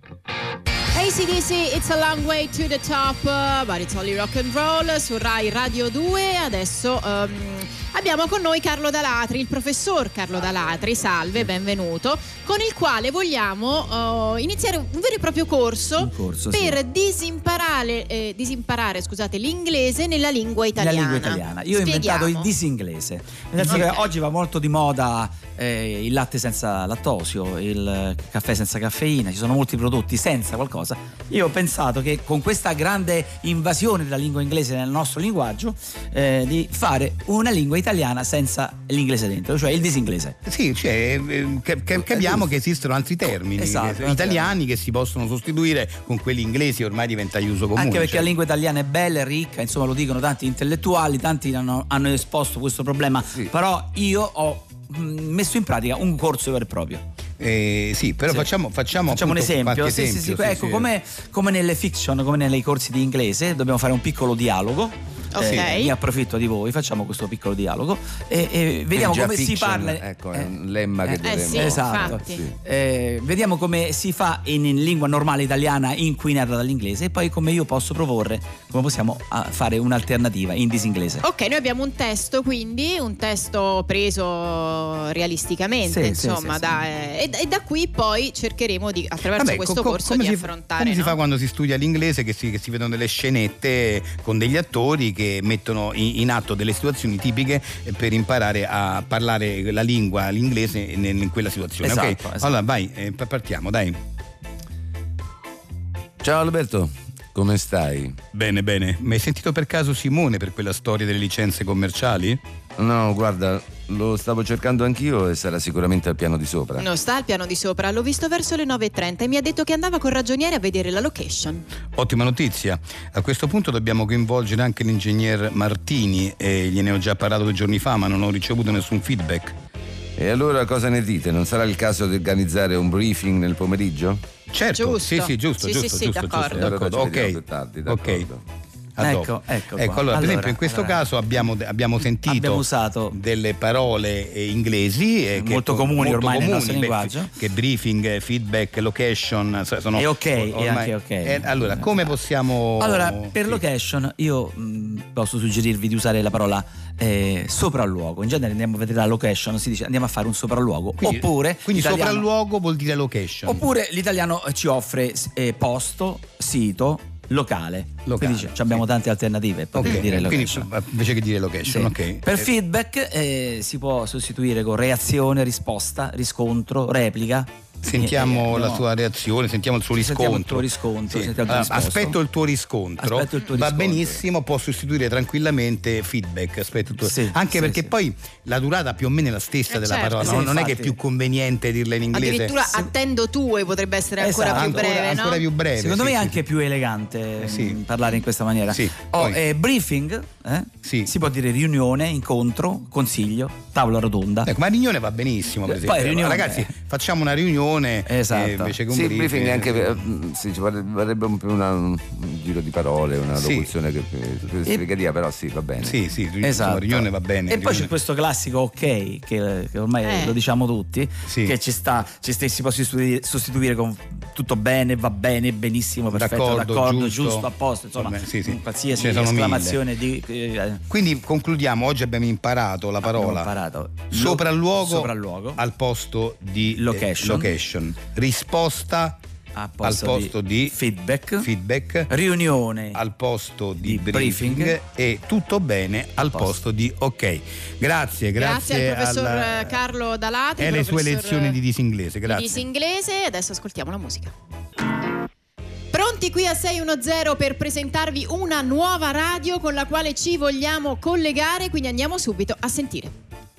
A C D C, It's a Long Way to the Top, uh, but it's only rock and roll su Rai Radio due. Adesso um, abbiamo con noi Carlo Dalatri, il professor Carlo Dalatri, salve, benvenuto, con il quale vogliamo uh, iniziare un vero e proprio corso, un corso per sì. disimparare, eh, disimparare scusate, l'inglese nella lingua italiana. La lingua italiana. Io ho inventato il disinglese. Nel senso Okay. che oggi va molto di moda eh, il latte senza lattosio, il caffè senza caffeina, ci sono molti prodotti senza qualcosa. Io ho pensato che con questa grande invasione della lingua inglese nel nostro linguaggio eh, di fare una lingua italiana senza l'inglese dentro, cioè il disinglese. Sì, cioè, eh, che, che, capiamo che esistono altri termini Esatto, che, italiani che si possono sostituire con quelli inglesi, ormai diventa uso comune. Anche perché cioè. la lingua italiana è bella, è ricca, insomma lo dicono tanti intellettuali, tanti hanno, hanno esposto questo problema, Sì. però io ho mh, messo in pratica un corso vero e proprio. Eh, sì, però Sì. facciamo, facciamo, Facciamo un appunto esempio, qualche sì, sì, esempio, sì, sì, ecco, sì. Come, come nelle fiction, come nei corsi di inglese, dobbiamo fare un piccolo dialogo. Ok. Eh, mi approfitto di voi, facciamo questo piccolo dialogo e, e vediamo Già come si fiction, parla. ecco, è eh, un lemma che eh, dovremmo... sì, esatto. infatti. Sì. Eh, vediamo come si fa in, in lingua normale italiana inquinata dall'inglese e poi come io posso proporre, come possiamo ah, fare un'alternativa in disinglese. Ok, noi abbiamo un testo, quindi un testo preso realisticamente, Sì, sì, insomma, sì, da, eh, e, e da qui poi cercheremo di, attraverso Vabbè, questo co- corso come di si, affrontare. come si no? fa quando si studia l'inglese, che si, che si vedono delle scenette con degli attori che mettono in, in atto delle situazioni tipiche per imparare a parlare la lingua, l'inglese in, in quella situazione. Esatto, Ok? esatto. Allora vai, eh, partiamo, dai. Ciao Alberto, come stai? Bene, bene. Ma hai sentito per caso Simone per quella storia delle licenze commerciali? No, guarda, lo stavo cercando anch'io e sarà sicuramente al piano di sopra. Non sta al piano di sopra, l'ho visto verso le nove e trenta e mi ha detto che andava col ragioniere a vedere la location. Ottima notizia. A questo punto dobbiamo coinvolgere anche l'ingegner Martini e gliene ho già parlato due giorni fa, ma non ho ricevuto nessun feedback. E allora cosa ne dite? Non sarà il caso di organizzare un briefing nel pomeriggio? Certo, Giusto. sì, sì, giusto, Sì, giusto, sì, sì, giusto, d'accordo. giusto, Allora d'accordo. ci vediamo Ok, più tardi, ok. d'accordo. A Ecco, dopo. ecco qua. Ecco, allora, per Allora, esempio in questo allora. caso abbiamo, abbiamo sentito Abbiamo usato delle parole eh, inglesi eh, che- Molto comuni molto ormai nel nostro beh, linguaggio. che briefing, eh, feedback, location so- sono E ok, e ormai- anche ok. eh, allora, come possiamo Allora, per sì. location io mh, posso suggerirvi di usare la parola eh, sopralluogo. In genere andiamo a vedere la location, si dice andiamo a fare un sopralluogo. Quindi- oppure quindi l'italiano- sopralluogo vuol dire location. Oppure l'italiano ci offre eh, posto, sito, locale. Locale, Quindi ci abbiamo sì. tante alternative per Ok, dire quindi location. invece che dire location, Sì. ok. Per Eh, feedback eh, si può sostituire con reazione, risposta, riscontro, replica. Sentiamo Eh, la no. sua reazione, sentiamo il suo Sentiamo riscontro. il tuo riscontro, Sì. sentiamo il tuo Allora, risposto. aspetto il tuo riscontro. Aspetto il tuo Va riscontro. benissimo, può sostituire tranquillamente feedback. Aspetto il tuo... Sì, Anche sì, perché sì. poi la durata più o meno è la stessa Eh, della certo. parola. Sì, non, non è che è infatti. più conveniente dirla in inglese. Addirittura attendo tue potrebbe essere ancora Esatto. più breve, ancora, no? ancora più breve. Secondo sì, me è sì, anche più elegante Eh, sì. mh, parlare in questa maniera. Sì, Oh, poi- eh, briefing, eh? Sì. Si può dire riunione, incontro, consiglio, tavola rotonda. Ecco, ma riunione va benissimo, per Poi esempio. riunione- Ragazzi, facciamo una riunione Esatto. eh, invece che un Sì, il briefing. briefing anche eh, mm, sì, ci vorrebbe vorrebbe un, po' una- un giro di parole, una Sì. locuzione che, che spiegaria, però sì, va bene. Sì, sì, ri- Esatto. insomma, riunione va bene. E poi riunione- c'è questo classico ok, che, che ormai Eh. lo diciamo tutti, Sì. che ci sta, ci sta- si può sostituire, sostituire con tutto bene, va bene, benissimo, perfetto, D'accordo, d'accordo, giusto. giusto, a posto, insomma, Vabbè, sì, sì. qualsiasi Ce ne sono esclamazione di eh, Quindi concludiamo, oggi abbiamo imparato la abbiamo parola imparato. sopralluogo, sopralluogo al posto di eh, Location. location. Risposta al al posto di, feedback, feedback, riunione al posto di, di briefing, briefing e tutto bene al posto. posto di ok. Grazie, Grazie grazie al professor alla- Carlo Dalatri e alle sue professor lezioni di disinglese. di Grazie. disinglese. Adesso ascoltiamo la musica. Pronti qui a sei uno zero per presentarvi una nuova radio con la quale ci vogliamo collegare, quindi andiamo subito a sentire.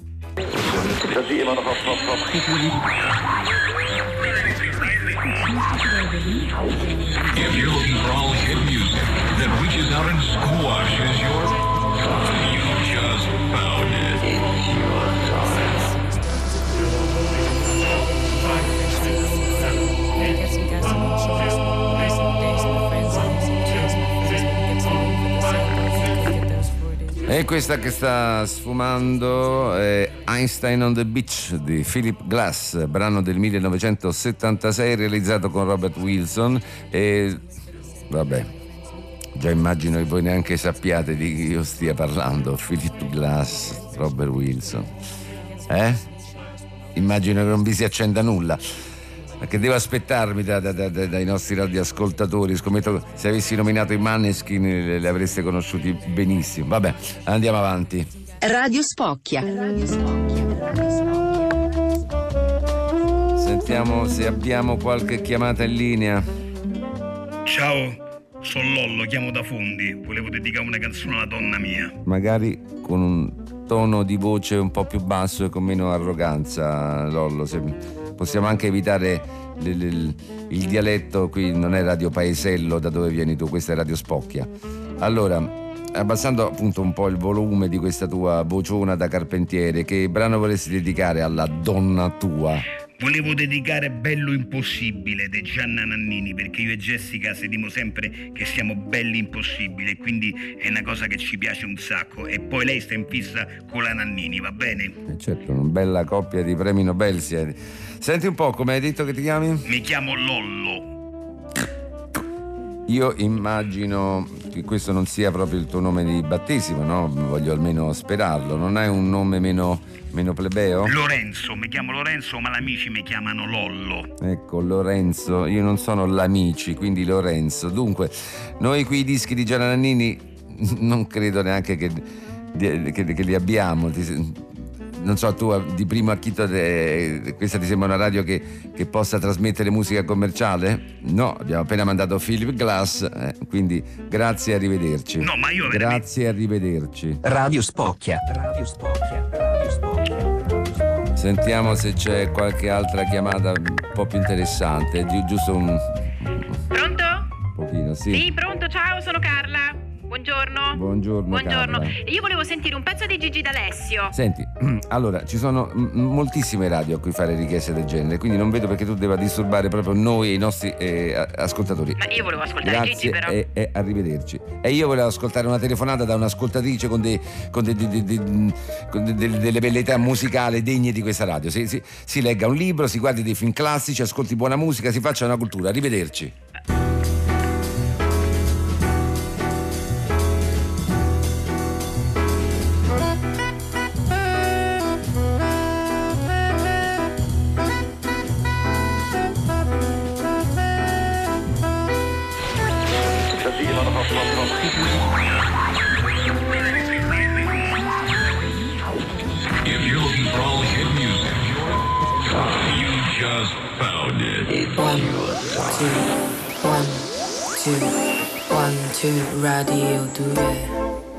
If you're looking for all hit music that reaches out and squashes your... You just found it. E questa che sta sfumando è Einstein on the Beach di Philip Glass, brano del millenovecentosettantasei realizzato con Robert Wilson. E vabbè, già immagino che voi neanche sappiate di chi io stia parlando. Philip Glass, Robert Wilson. Eh? Immagino che non vi si accenda nulla. Perché devo aspettarmi da, da, da, dai nostri radioascoltatori. Scommetto, se avessi nominato i Maneskin li avreste conosciuti benissimo. Vabbè, andiamo avanti. Radio Spocchia. Radio Spocchia. Radio Spocchia. Sentiamo se abbiamo qualche chiamata in linea. Ciao, sono Lollo, chiamo da Fondi. Volevo dedicare una canzone alla donna mia. Magari con un tono di voce un po' più basso e con meno arroganza, Lollo. Se possiamo anche evitare il, il, il dialetto, qui non è Radio Paesello da dove vieni tu, questa è Radio Spocchia. Allora, abbassando appunto un po' il volume di questa tua vociona da carpentiere, che brano vorresti dedicare alla donna tua? Volevo dedicare Bello Impossibile di Gianna Nannini, perché io e Jessica sedimo sempre che siamo belli impossibili e quindi è una cosa che ci piace un sacco. E poi lei sta in fissa con la Nannini, va bene? Eh certo, una bella coppia di premi Nobel siete. Senti un po', come hai detto che ti chiami? Mi chiamo Lollo. Io immagino che questo non sia proprio il tuo nome di battesimo, no? Voglio almeno sperarlo. Non hai un nome meno, meno plebeo? Lorenzo, mi chiamo Lorenzo, ma gli amici mi chiamano Lollo. Ecco, Lorenzo, io non sono l'amici, quindi Lorenzo. Dunque, noi qui i dischi di Gianna Nannini non credo neanche che, che, che li abbiamo. Ti, non so, tu di primo acchito de, questa ti sembra una radio che, che possa trasmettere musica commerciale? No, abbiamo appena mandato Philip Glass, eh, quindi grazie e arrivederci. No, ma io grazie e arrivederci. Radio Spocchia. Radio Spocchia. Radio Spocchia. Sentiamo se c'è qualche altra chiamata un po' più interessante, Gi- giusto un Pronto? Un pochino, sì. Sì, pronto, ciao, sono Carla. Buongiorno. Buongiorno. Buongiorno. Carla. Io volevo sentire un pezzo di Gigi D'Alessio. Senti, allora ci sono m- moltissime radio a cui fare richieste del genere, quindi non vedo perché tu debba disturbare proprio noi e i nostri eh, ascoltatori. Ma io volevo ascoltare Grazie Gigi, però. e, e arrivederci. E io volevo ascoltare una telefonata da un'ascoltatrice con, dei, con, de, de, de, de, con de, de, delle bellezze musicali degne di questa radio. Si, si, si legga un libro, si guardi dei film classici, ascolti buona musica, si faccia una cultura. Arrivederci. If you're looking for all hit music, you just found it. One, two, one, two, one, two, Radio due.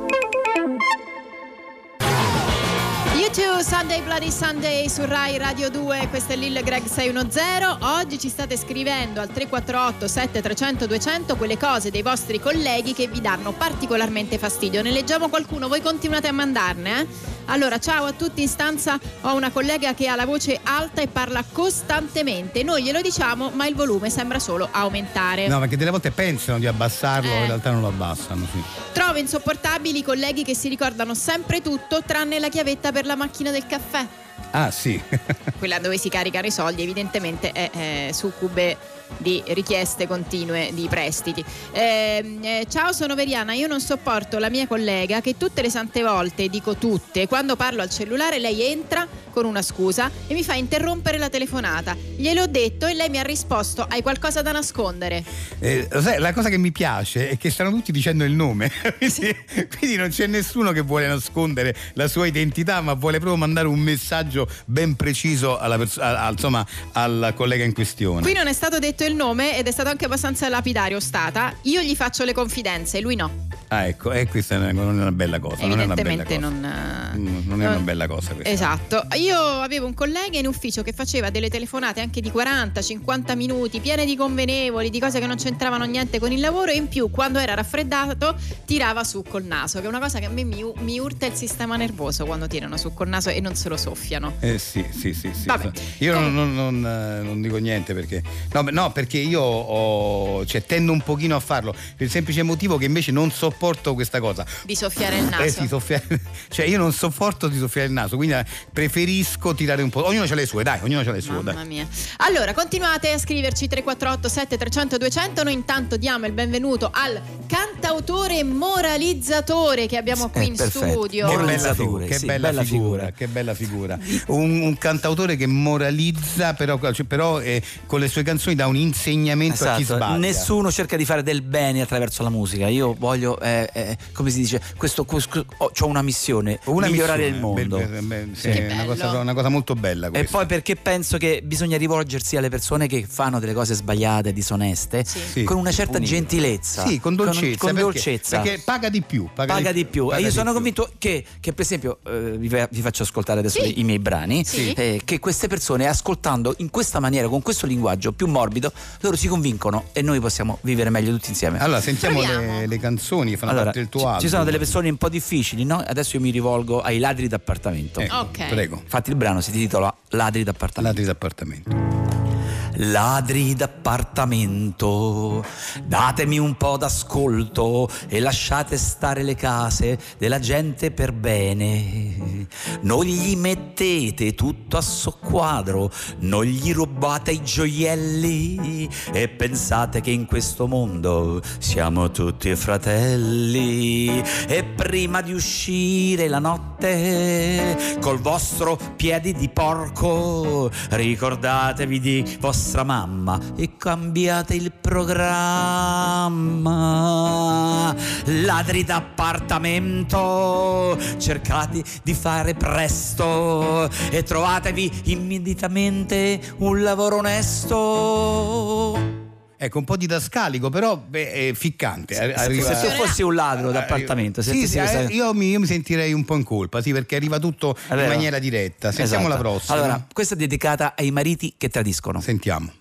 U due, Sunday Bloody Sunday su Rai Radio due, questo è Lil Greg sei uno zero. Oggi ci state scrivendo al tre quattro otto sette tre zero zero due zero zero quelle cose dei vostri colleghi che vi danno particolarmente fastidio. Ne leggiamo qualcuno, voi continuate a mandarne, eh? Allora, ciao a tutti, in stanza ho una collega che ha la voce alta e parla costantemente. Noi glielo diciamo, ma il volume sembra solo aumentare. No, perché delle volte pensano di abbassarlo, Eh. in realtà non lo abbassano, sì. Trovo insopportabili i colleghi che si ricordano sempre tutto tranne la chiavetta per la macchina del caffè. Ah, sì. Quella dove si caricano i soldi, evidentemente è eh, succube di richieste continue di prestiti. Eh, eh, ciao, sono Veriana. Io non sopporto la mia collega che tutte le sante volte, dico tutte, quando parlo al cellulare lei entra con una scusa e mi fa interrompere la telefonata. Gliel'ho detto e lei mi ha risposto: hai qualcosa da nascondere? Eh, lo sai, la cosa che mi piace è che stanno tutti dicendo il nome, quindi, quindi non c'è nessuno che vuole nascondere la sua identità, ma vuole proprio mandare un messaggio ben preciso alla pers- a, a, insomma, al collega in questione. Qui non è stato detto il nome ed è stato anche abbastanza lapidario. Stata, io gli faccio le confidenze, lui no. Ah, ecco, e questa non è una bella cosa. Non è una bella Evidentemente cosa. non, Mm, non è una bella cosa questa. Esatto. Io avevo un collega in ufficio che faceva delle telefonate anche di quaranta cinquanta minuti, piene di convenevoli, di cose che non c'entravano niente con il lavoro, e in più quando era raffreddato tirava su col naso, che è una cosa che a me mi, mi urta il sistema nervoso quando tirano su col naso e non se lo soffiano. Eh sì, sì, sì, sì. Vabbè. Io non, non, non, eh, non dico niente perché no, beh, no, perché io ho, cioè, tendo un pochino a farlo per il semplice motivo che invece non sopporto questa cosa. Di soffiare il naso. Eh sì, soffiare, cioè io non sopporto di soffiare il naso, quindi preferisco tirare un po'. Ognuno ha le sue, dai, ognuno ha le sue, Mamma dai. mia. Allora, continuate a scriverci tre quattro otto sette tre zero zero due zero zero. Noi intanto diamo il benvenuto al cantautore moralizzatore che abbiamo qui Eh, in perfetto. studio. Che bella Moralizzatore, figura, che sì, bella bella figura, figura. che bella figura. Un, un cantautore che moralizza, però, cioè, però eh, con le sue canzoni dà un insegnamento a chi Esatto, sbaglia. nessuno cerca di fare del bene attraverso la musica. Io voglio, eh, eh, come si dice, questo, questo ho una missione, Una migliorare missione, il mondo. bel- bel- bel- sì, Che è una bello. cosa, una cosa molto bella E questa. poi perché penso che bisogna rivolgersi alle persone che fanno delle cose sbagliate, disoneste, Sì. con una certa Punire. gentilezza. Sì, con dolcezza, Con, perché, dolcezza. perché paga di più. Paga, Paga di più. paga E io di sono più. convinto che, che per esempio, eh, vi, fa- vi faccio ascoltare adesso Sì. i, i miei brani, Sì. eh, che queste persone ascoltando in questa maniera, con questo linguaggio più morbido, loro si convincono e noi possiamo vivere meglio tutti insieme. Allora, sentiamo Proviamo. le, le canzoni che fanno Allora, parte del tuo ci, album. ci sono delle persone un po' difficili, no? Adesso io mi rivolgo ai ladri d'appartamento. Ecco, Ok. Prego. Infatti il brano si intitola Ladri d'appartamento. Ladri d'appartamento. Ladri d'appartamento, datemi un po' d'ascolto e lasciate stare le case della gente per bene. Non gli mettete tutto a soqquadro, non gli rubate i gioielli e pensate che in questo mondo siamo tutti fratelli. E prima di uscire la notte col vostro piedi di porco, ricordatevi di vostra mamma e cambiate il programma. Ladri d'appartamento, cercate di fare presto e trovatevi immediatamente un lavoro onesto. Ecco, un po' didascalico, però beh, è ficcante. Se- Arriva- se tu fossi un ladro arriva- d'appartamento, sì, senti- sì, questa- eh, io, mi, io mi sentirei un po' in colpa, sì, perché arriva tutto È in vero? maniera diretta. Sentiamo Esatto. la prossima. Allora, questa è dedicata ai mariti che tradiscono. Sentiamo.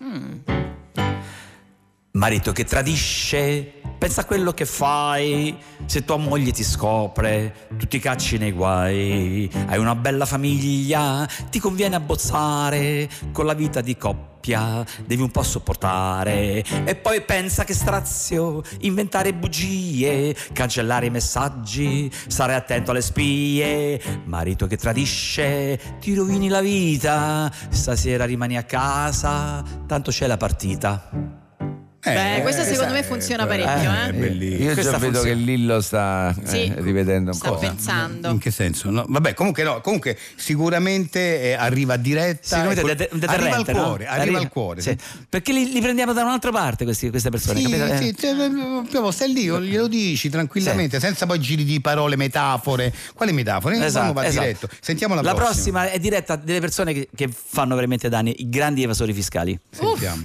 Marito che tradisce, pensa a quello che fai. Se tua moglie ti scopre, tu ti cacci nei guai. Hai una bella famiglia, ti conviene abbozzare. Con la vita di coppia devi un po' sopportare. E poi pensa che strazio, inventare bugie, cancellare i messaggi, stare attento alle spie. Marito che tradisce, ti rovini la vita. Stasera rimani a casa, tanto c'è la partita. Beh, Eh, questa secondo me esatto, funziona eh, parecchio, è eh. bellissimo. Io Questa già vedo funziona. che Lillo sta eh, Sì, rivedendo un sta po'. pensando. In che senso? No, vabbè, comunque no, comunque sicuramente eh, arriva diretta. Sicuramente e è col- un arriva al deterrente, no? cuore, arriva al cuore. Sì. Perché li, li prendiamo da un'altra parte questi- queste persone, Sì, capito? Eh. sì, cioè, proprio stai lì, glielo dici tranquillamente, senza poi giri di parole, metafore. Quali metafore? Esatto, va esatto. diretto. Sentiamo la, La prossima. prossima è diretta a delle persone che, che fanno veramente danni, i grandi evasori fiscali. Sentiamo.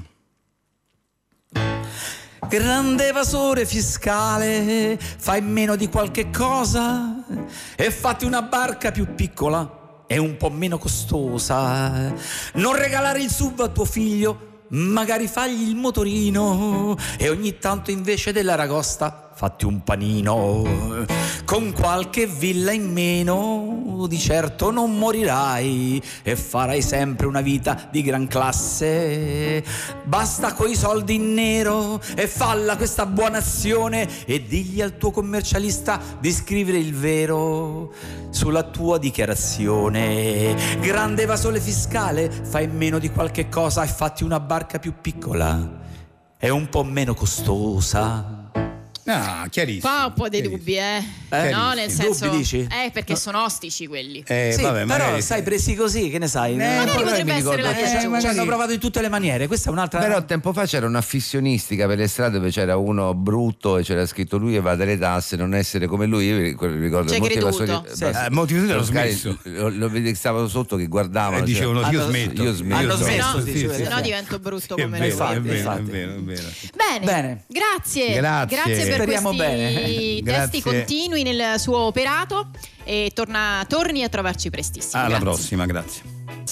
Grande evasore fiscale, fai meno di qualche cosa e fatti una barca più piccola e un po' meno costosa. Non regalare il S U V a tuo figlio, magari fagli il motorino e ogni tanto invece dell'aragosta fatti un panino. Con qualche villa in meno di certo non morirai e farai sempre una vita di gran classe. Basta coi soldi in nero e falla questa buona azione e digli al tuo commercialista di scrivere il vero sulla tua dichiarazione. Grande evasore fiscale, fai meno di qualche cosa e fatti una barca più piccola e un po' meno costosa. Ah, chiarissimo. Qua ho un po' dei dubbi, eh. Eh? No, nel Dubbi, senso. dici? Eh, perché sono ostici quelli. Eh, Sì, vabbè, però magari- sai, presi così, che ne sai? Eh, Magari poi potrebbe mi essere ricordo- la via eh, giusta. Ci magari- hanno provato in tutte le maniere, questa è un'altra. Però tempo fa c'era un'affissionistica per le strade dove c'era uno brutto e c'era scritto lui evade le tasse, non essere come lui. Io mi ricordo Ci hai molti creduto? evasori- Sì. basta- Eh, molti evasori hanno magari smesso. Lo, lo vedi che stavano sotto che guardavano. Eh, dicevano, cioè, io hanno- smetto. io smetto. Hanno Se smesso, no, sì, sì, sì, sì, se no sì. divento brutto Sì, è come vero, lui. è vero, è infatti. vero, è vero. Bene, Bene. grazie. Grazie. per Speriamo questi bene. testi Grazie. continui nel suo operato e torna, torni a trovarci prestissimo. Alla Grazie. prossima, grazie.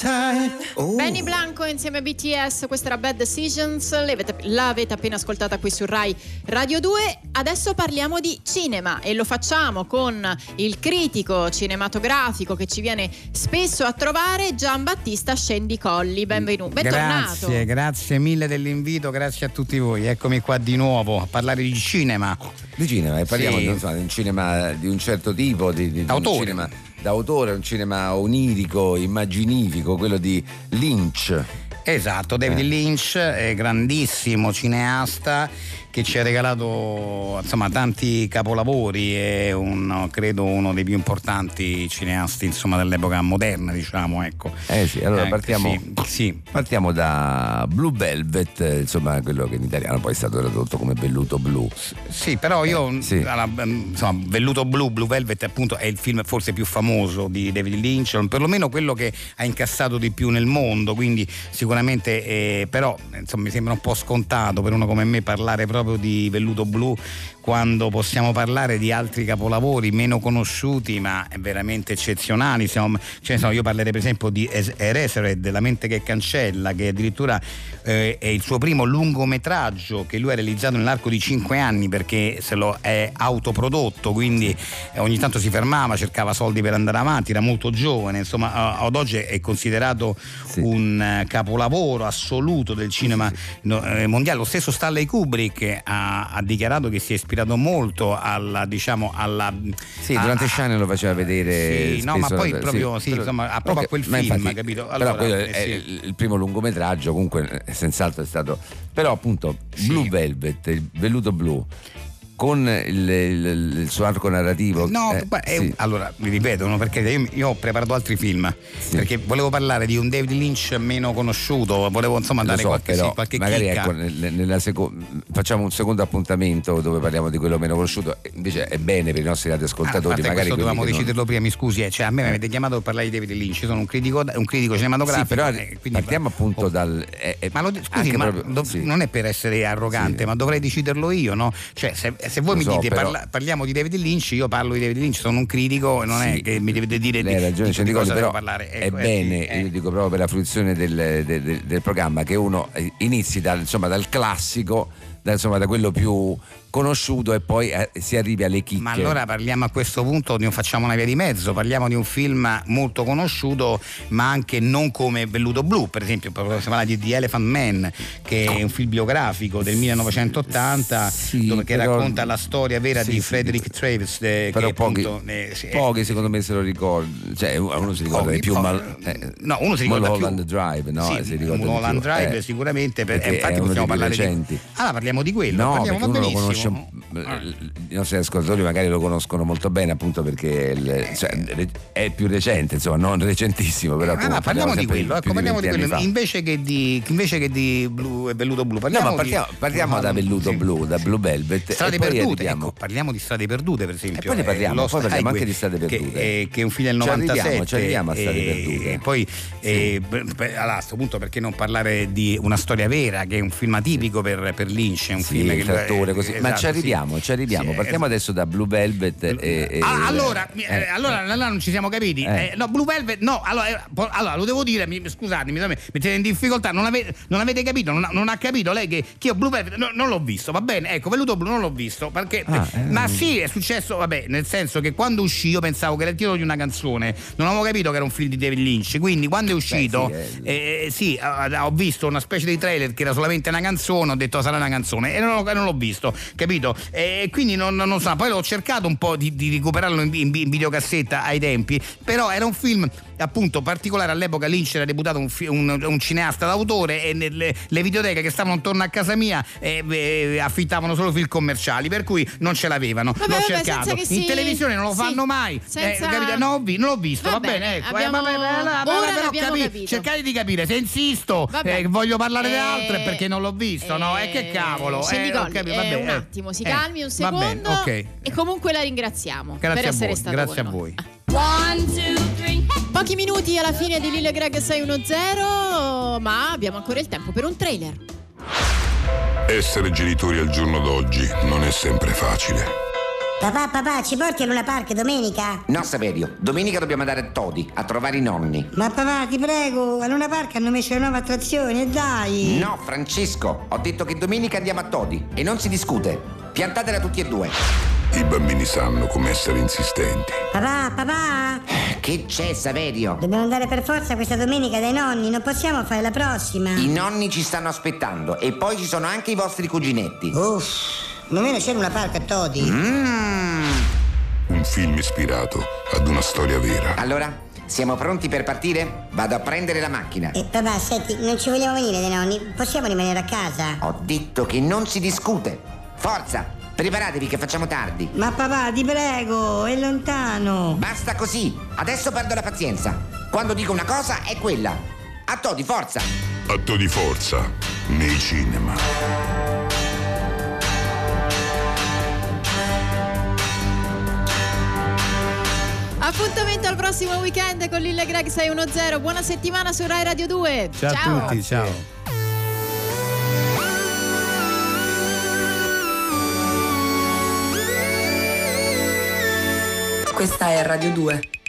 Benny Blanco insieme a B T S, questa era Bad Decisions, l'avete, l'avete appena ascoltata qui su Rai Radio due. Adesso parliamo di cinema e lo facciamo con il critico cinematografico che ci viene spesso a trovare, Giambattista Scendicolli. Benvenuto, bentornato. Grazie, grazie mille dell'invito, grazie a tutti voi. Eccomi qua di nuovo a parlare di cinema. Di cinema, e parliamo Sì. di, insomma, di un cinema di un certo tipo, di, di, di un D'autore. cinema d'autore, un cinema onirico, immaginifico, quello di Lynch. Esatto, David Eh. Lynch è grandissimo cineasta che ci ha regalato insomma tanti capolavori, è un, credo uno dei più importanti cineasti insomma dell'epoca moderna, diciamo, ecco. Eh sì, allora Eh, partiamo, sì, sì. partiamo da Blue Velvet, insomma quello che in italiano poi è stato tradotto come Velluto Blu. Sì, però io Eh, sì. alla- insomma, Velluto Blu, Blue Velvet appunto è il film forse più famoso di David Lynch, perlomeno quello che ha incassato di più nel mondo, quindi sicuramente eh, però insomma mi sembra un po' scontato per uno come me parlare proprio di Velluto Blu quando possiamo parlare di altri capolavori meno conosciuti ma veramente eccezionali. Siamo, ce ne sono, io parlerei per esempio di Eraserhead, La mente che cancella, che addirittura eh, è il suo primo lungometraggio che lui ha realizzato nell'arco di cinque anni perché se lo è autoprodotto, quindi eh, ogni tanto si fermava, cercava soldi per andare avanti, era molto giovane, insomma ad oggi è considerato Sì. un eh, capolavoro assoluto del cinema no, eh, mondiale. Lo stesso Stanley Kubrick ha, ha dichiarato che si è ispirato molto alla, diciamo, alla Sì, a- durante Shine lo faceva vedere. sì, no, ma spesso, poi sì, proprio sì, però- insomma, a proprio a quel ma film, infatti, capito? Però Allora, quello eh, è sì. il, il primo lungometraggio, comunque eh, senz'altro è stato. Però appunto Sì. Blue Velvet, il velluto blu, con il, il- il suo arco narrativo. No, eh, beh, è- sì. allora vi ripeto, no, perché io, io ho preparato altri film Sì. perché volevo parlare di un David Lynch meno conosciuto, volevo insomma Lo dare so, qualche, però sì, qualche magari chicca. ecco, nel- nella seco- facciamo un secondo appuntamento dove parliamo di quello meno conosciuto. Invece è bene per i nostri Ah, a radioascoltatori, parte magari questo quelli dovevamo che non- deciderlo prima, mi scusi, eh, cioè a me mi avete chiamato per parlare di David Lynch, io sono un critico, un critico cinematografico. Sì, però eh, quindi- partiamo appunto oh, dal. eh, eh, Ma lo, scusi, anche ma proprio- do- sì. non è per essere arrogante, Sì. ma dovrei deciderlo io, no? Cioè, se, se voi Lo mi so, dite però- parla- parliamo di David Lynch, io parlo di David Lynch, sono un critico e non Sì. è che mi dovete dire Lei ha di, ragione, di, Cento di Colli, cosa però devo parlare. è Ecco, eh, bene, sì, eh. io dico proprio per la fruizione del, del- del- del programma, che uno inizi dal, insomma, dal classico, da, insomma, da quello più conosciuto e poi eh, si arrivi alle chicche. Ma allora parliamo a questo punto, di un- facciamo una via di mezzo, parliamo di un film molto conosciuto ma anche non come Velluto Blu, per esempio si parla di The Elephant Man, che è un film biografico del millenovecentottanta, Sì, dove, che però- racconta la storia vera sì, di sì, Frederick Travis, eh, però che pochi, appunto eh, sì, è- pochi secondo me se lo ricorda, cioè uno si ricorda Pochi, di più pochi. mal, eh, no, uno si ricorda più Mulholland Drive, no? Sì, si ricorda di Mulholland più, Drive eh, sicuramente, per, perché eh, infatti è uno possiamo dei più parlare recenti. di allora parliamo di quello, No, parliamo, perché va uno lo benissimo. conosce, Ah. i nostri ascoltatori magari lo conoscono molto bene, appunto perché il- cioè, è più recente, insomma, non recentissimo, però Ah, appunto, ma parliamo di sempre quello, più ecco, parliamo di venti anni quello fa. invece che di, invece che di blu e velluto blu. No, Parliamo ma partiamo, di, partiamo da Velluto sì, Blu, da sì. Blue Velvet. Strade e poi perdute, arriviamo- ecco, parliamo di Strade perdute per esempio. E poi ne parliamo, eh, Lost poi parliamo Highway, anche di Strade che, perdute. eh, che è un film del Ci arriviamo, novantasette. ci arriviamo a Strade e- perdute. E poi eh, per- per- allora, a questo punto perché non parlare di Una storia vera, che è un film atipico per, per Lynch, è un Sì, film che il trattore, eh, così. Ma esatto, ci arriviamo, sì. ci arriviamo. Sì, Partiamo eh, adesso da Blue Velvet e, e- Ah, allora, mi- eh, eh, allora, allora non ci siamo capiti. Eh. Eh, no, Blue Velvet, no, allora, eh, po- allora lo devo dire, mi, scusatemi, mi mettete in difficoltà, non, ave- non avete capito, non ha, non ha capito lei che, che io Blue Velvet no, non l'ho visto, va bene, ecco, Velluto Blu non l'ho visto, perché, Ah, eh, ma sì, è successo, vabbè, nel senso che quando uscì io pensavo che era il titolo di una canzone, non avevo capito che era un film di David Lynch, quindi quando è uscito, Beh, sì, eh, sì, ah, ho visto una specie di trailer che era solamente una canzone, ho detto sarà una canzone e non, l'ho- non l'ho visto, capito? E quindi non, non so, poi l'ho cercato un po' di, di recuperarlo in, in, in videocassetta ai tempi, però era un film appunto particolare. All'epoca Lynch era deputato un, fi- un, un cineasta d'autore e nelle le videoteche che stavano intorno a casa mia eh, eh, affittavano solo film commerciali, per cui non ce l'avevano. Vabbè, l'ho vabbè, cercato senza che in si- televisione, non lo sì, fanno mai, senza- eh, capito? No, ho vi- non l'ho visto, va, Va bene, bene, ecco, abbiamo- eh, vabbè, allora, ora vabbè, però l'abbiamo capi- capito. cercate di capire, se insisto Vabbè. eh, voglio parlare di Eh, altro è perché non l'ho visto, no? E che cavolo, Scendi eh, ho Colli, capito, eh, vabbè, un eh. attimo, si Eh, calmi un va bene, secondo ok. e comunque la ringraziamo Grazie per a essere voi, stato grazie con a noi. voi. One, two, three. Pochi minuti alla fine di Lille Greg sei uno zero, ma abbiamo ancora il tempo per un trailer. Essere genitori al giorno d'oggi non è sempre facile. Papà, papà, ci porti a Luna Park domenica? No, Saverio, domenica dobbiamo andare a Todi a trovare i nonni. Ma papà, ti prego, a Luna Park hanno messo le nuove attrazioni, e dai! No, Francesco, ho detto che domenica andiamo a Todi e non si discute. Piantatela tutti e due. I bambini sanno come essere insistenti. Papà, papà! Che c'è, Saverio? Dobbiamo andare per forza questa domenica dai nonni, non possiamo fare la prossima. I nonni ci stanno aspettando e poi ci sono anche i vostri cuginetti. Uff, almeno c'è Luna Park a Todi. Mm. Un film ispirato ad una storia vera. Allora, siamo pronti per partire? Vado a prendere la macchina. E papà, senti, non ci vogliamo venire dai nonni, possiamo rimanere a casa? Ho detto che non si discute. Forza, preparatevi che facciamo tardi. Ma papà, ti prego, è lontano. Basta così, adesso perdo la pazienza. Quando dico una cosa è quella. Atto di forza. Atto di forza nei cinema. Appuntamento al prossimo weekend con Lille Greg sei uno zero. Buona settimana su Rai Radio due. Ciao, ciao. a tutti, ciao. Questa è Radio due.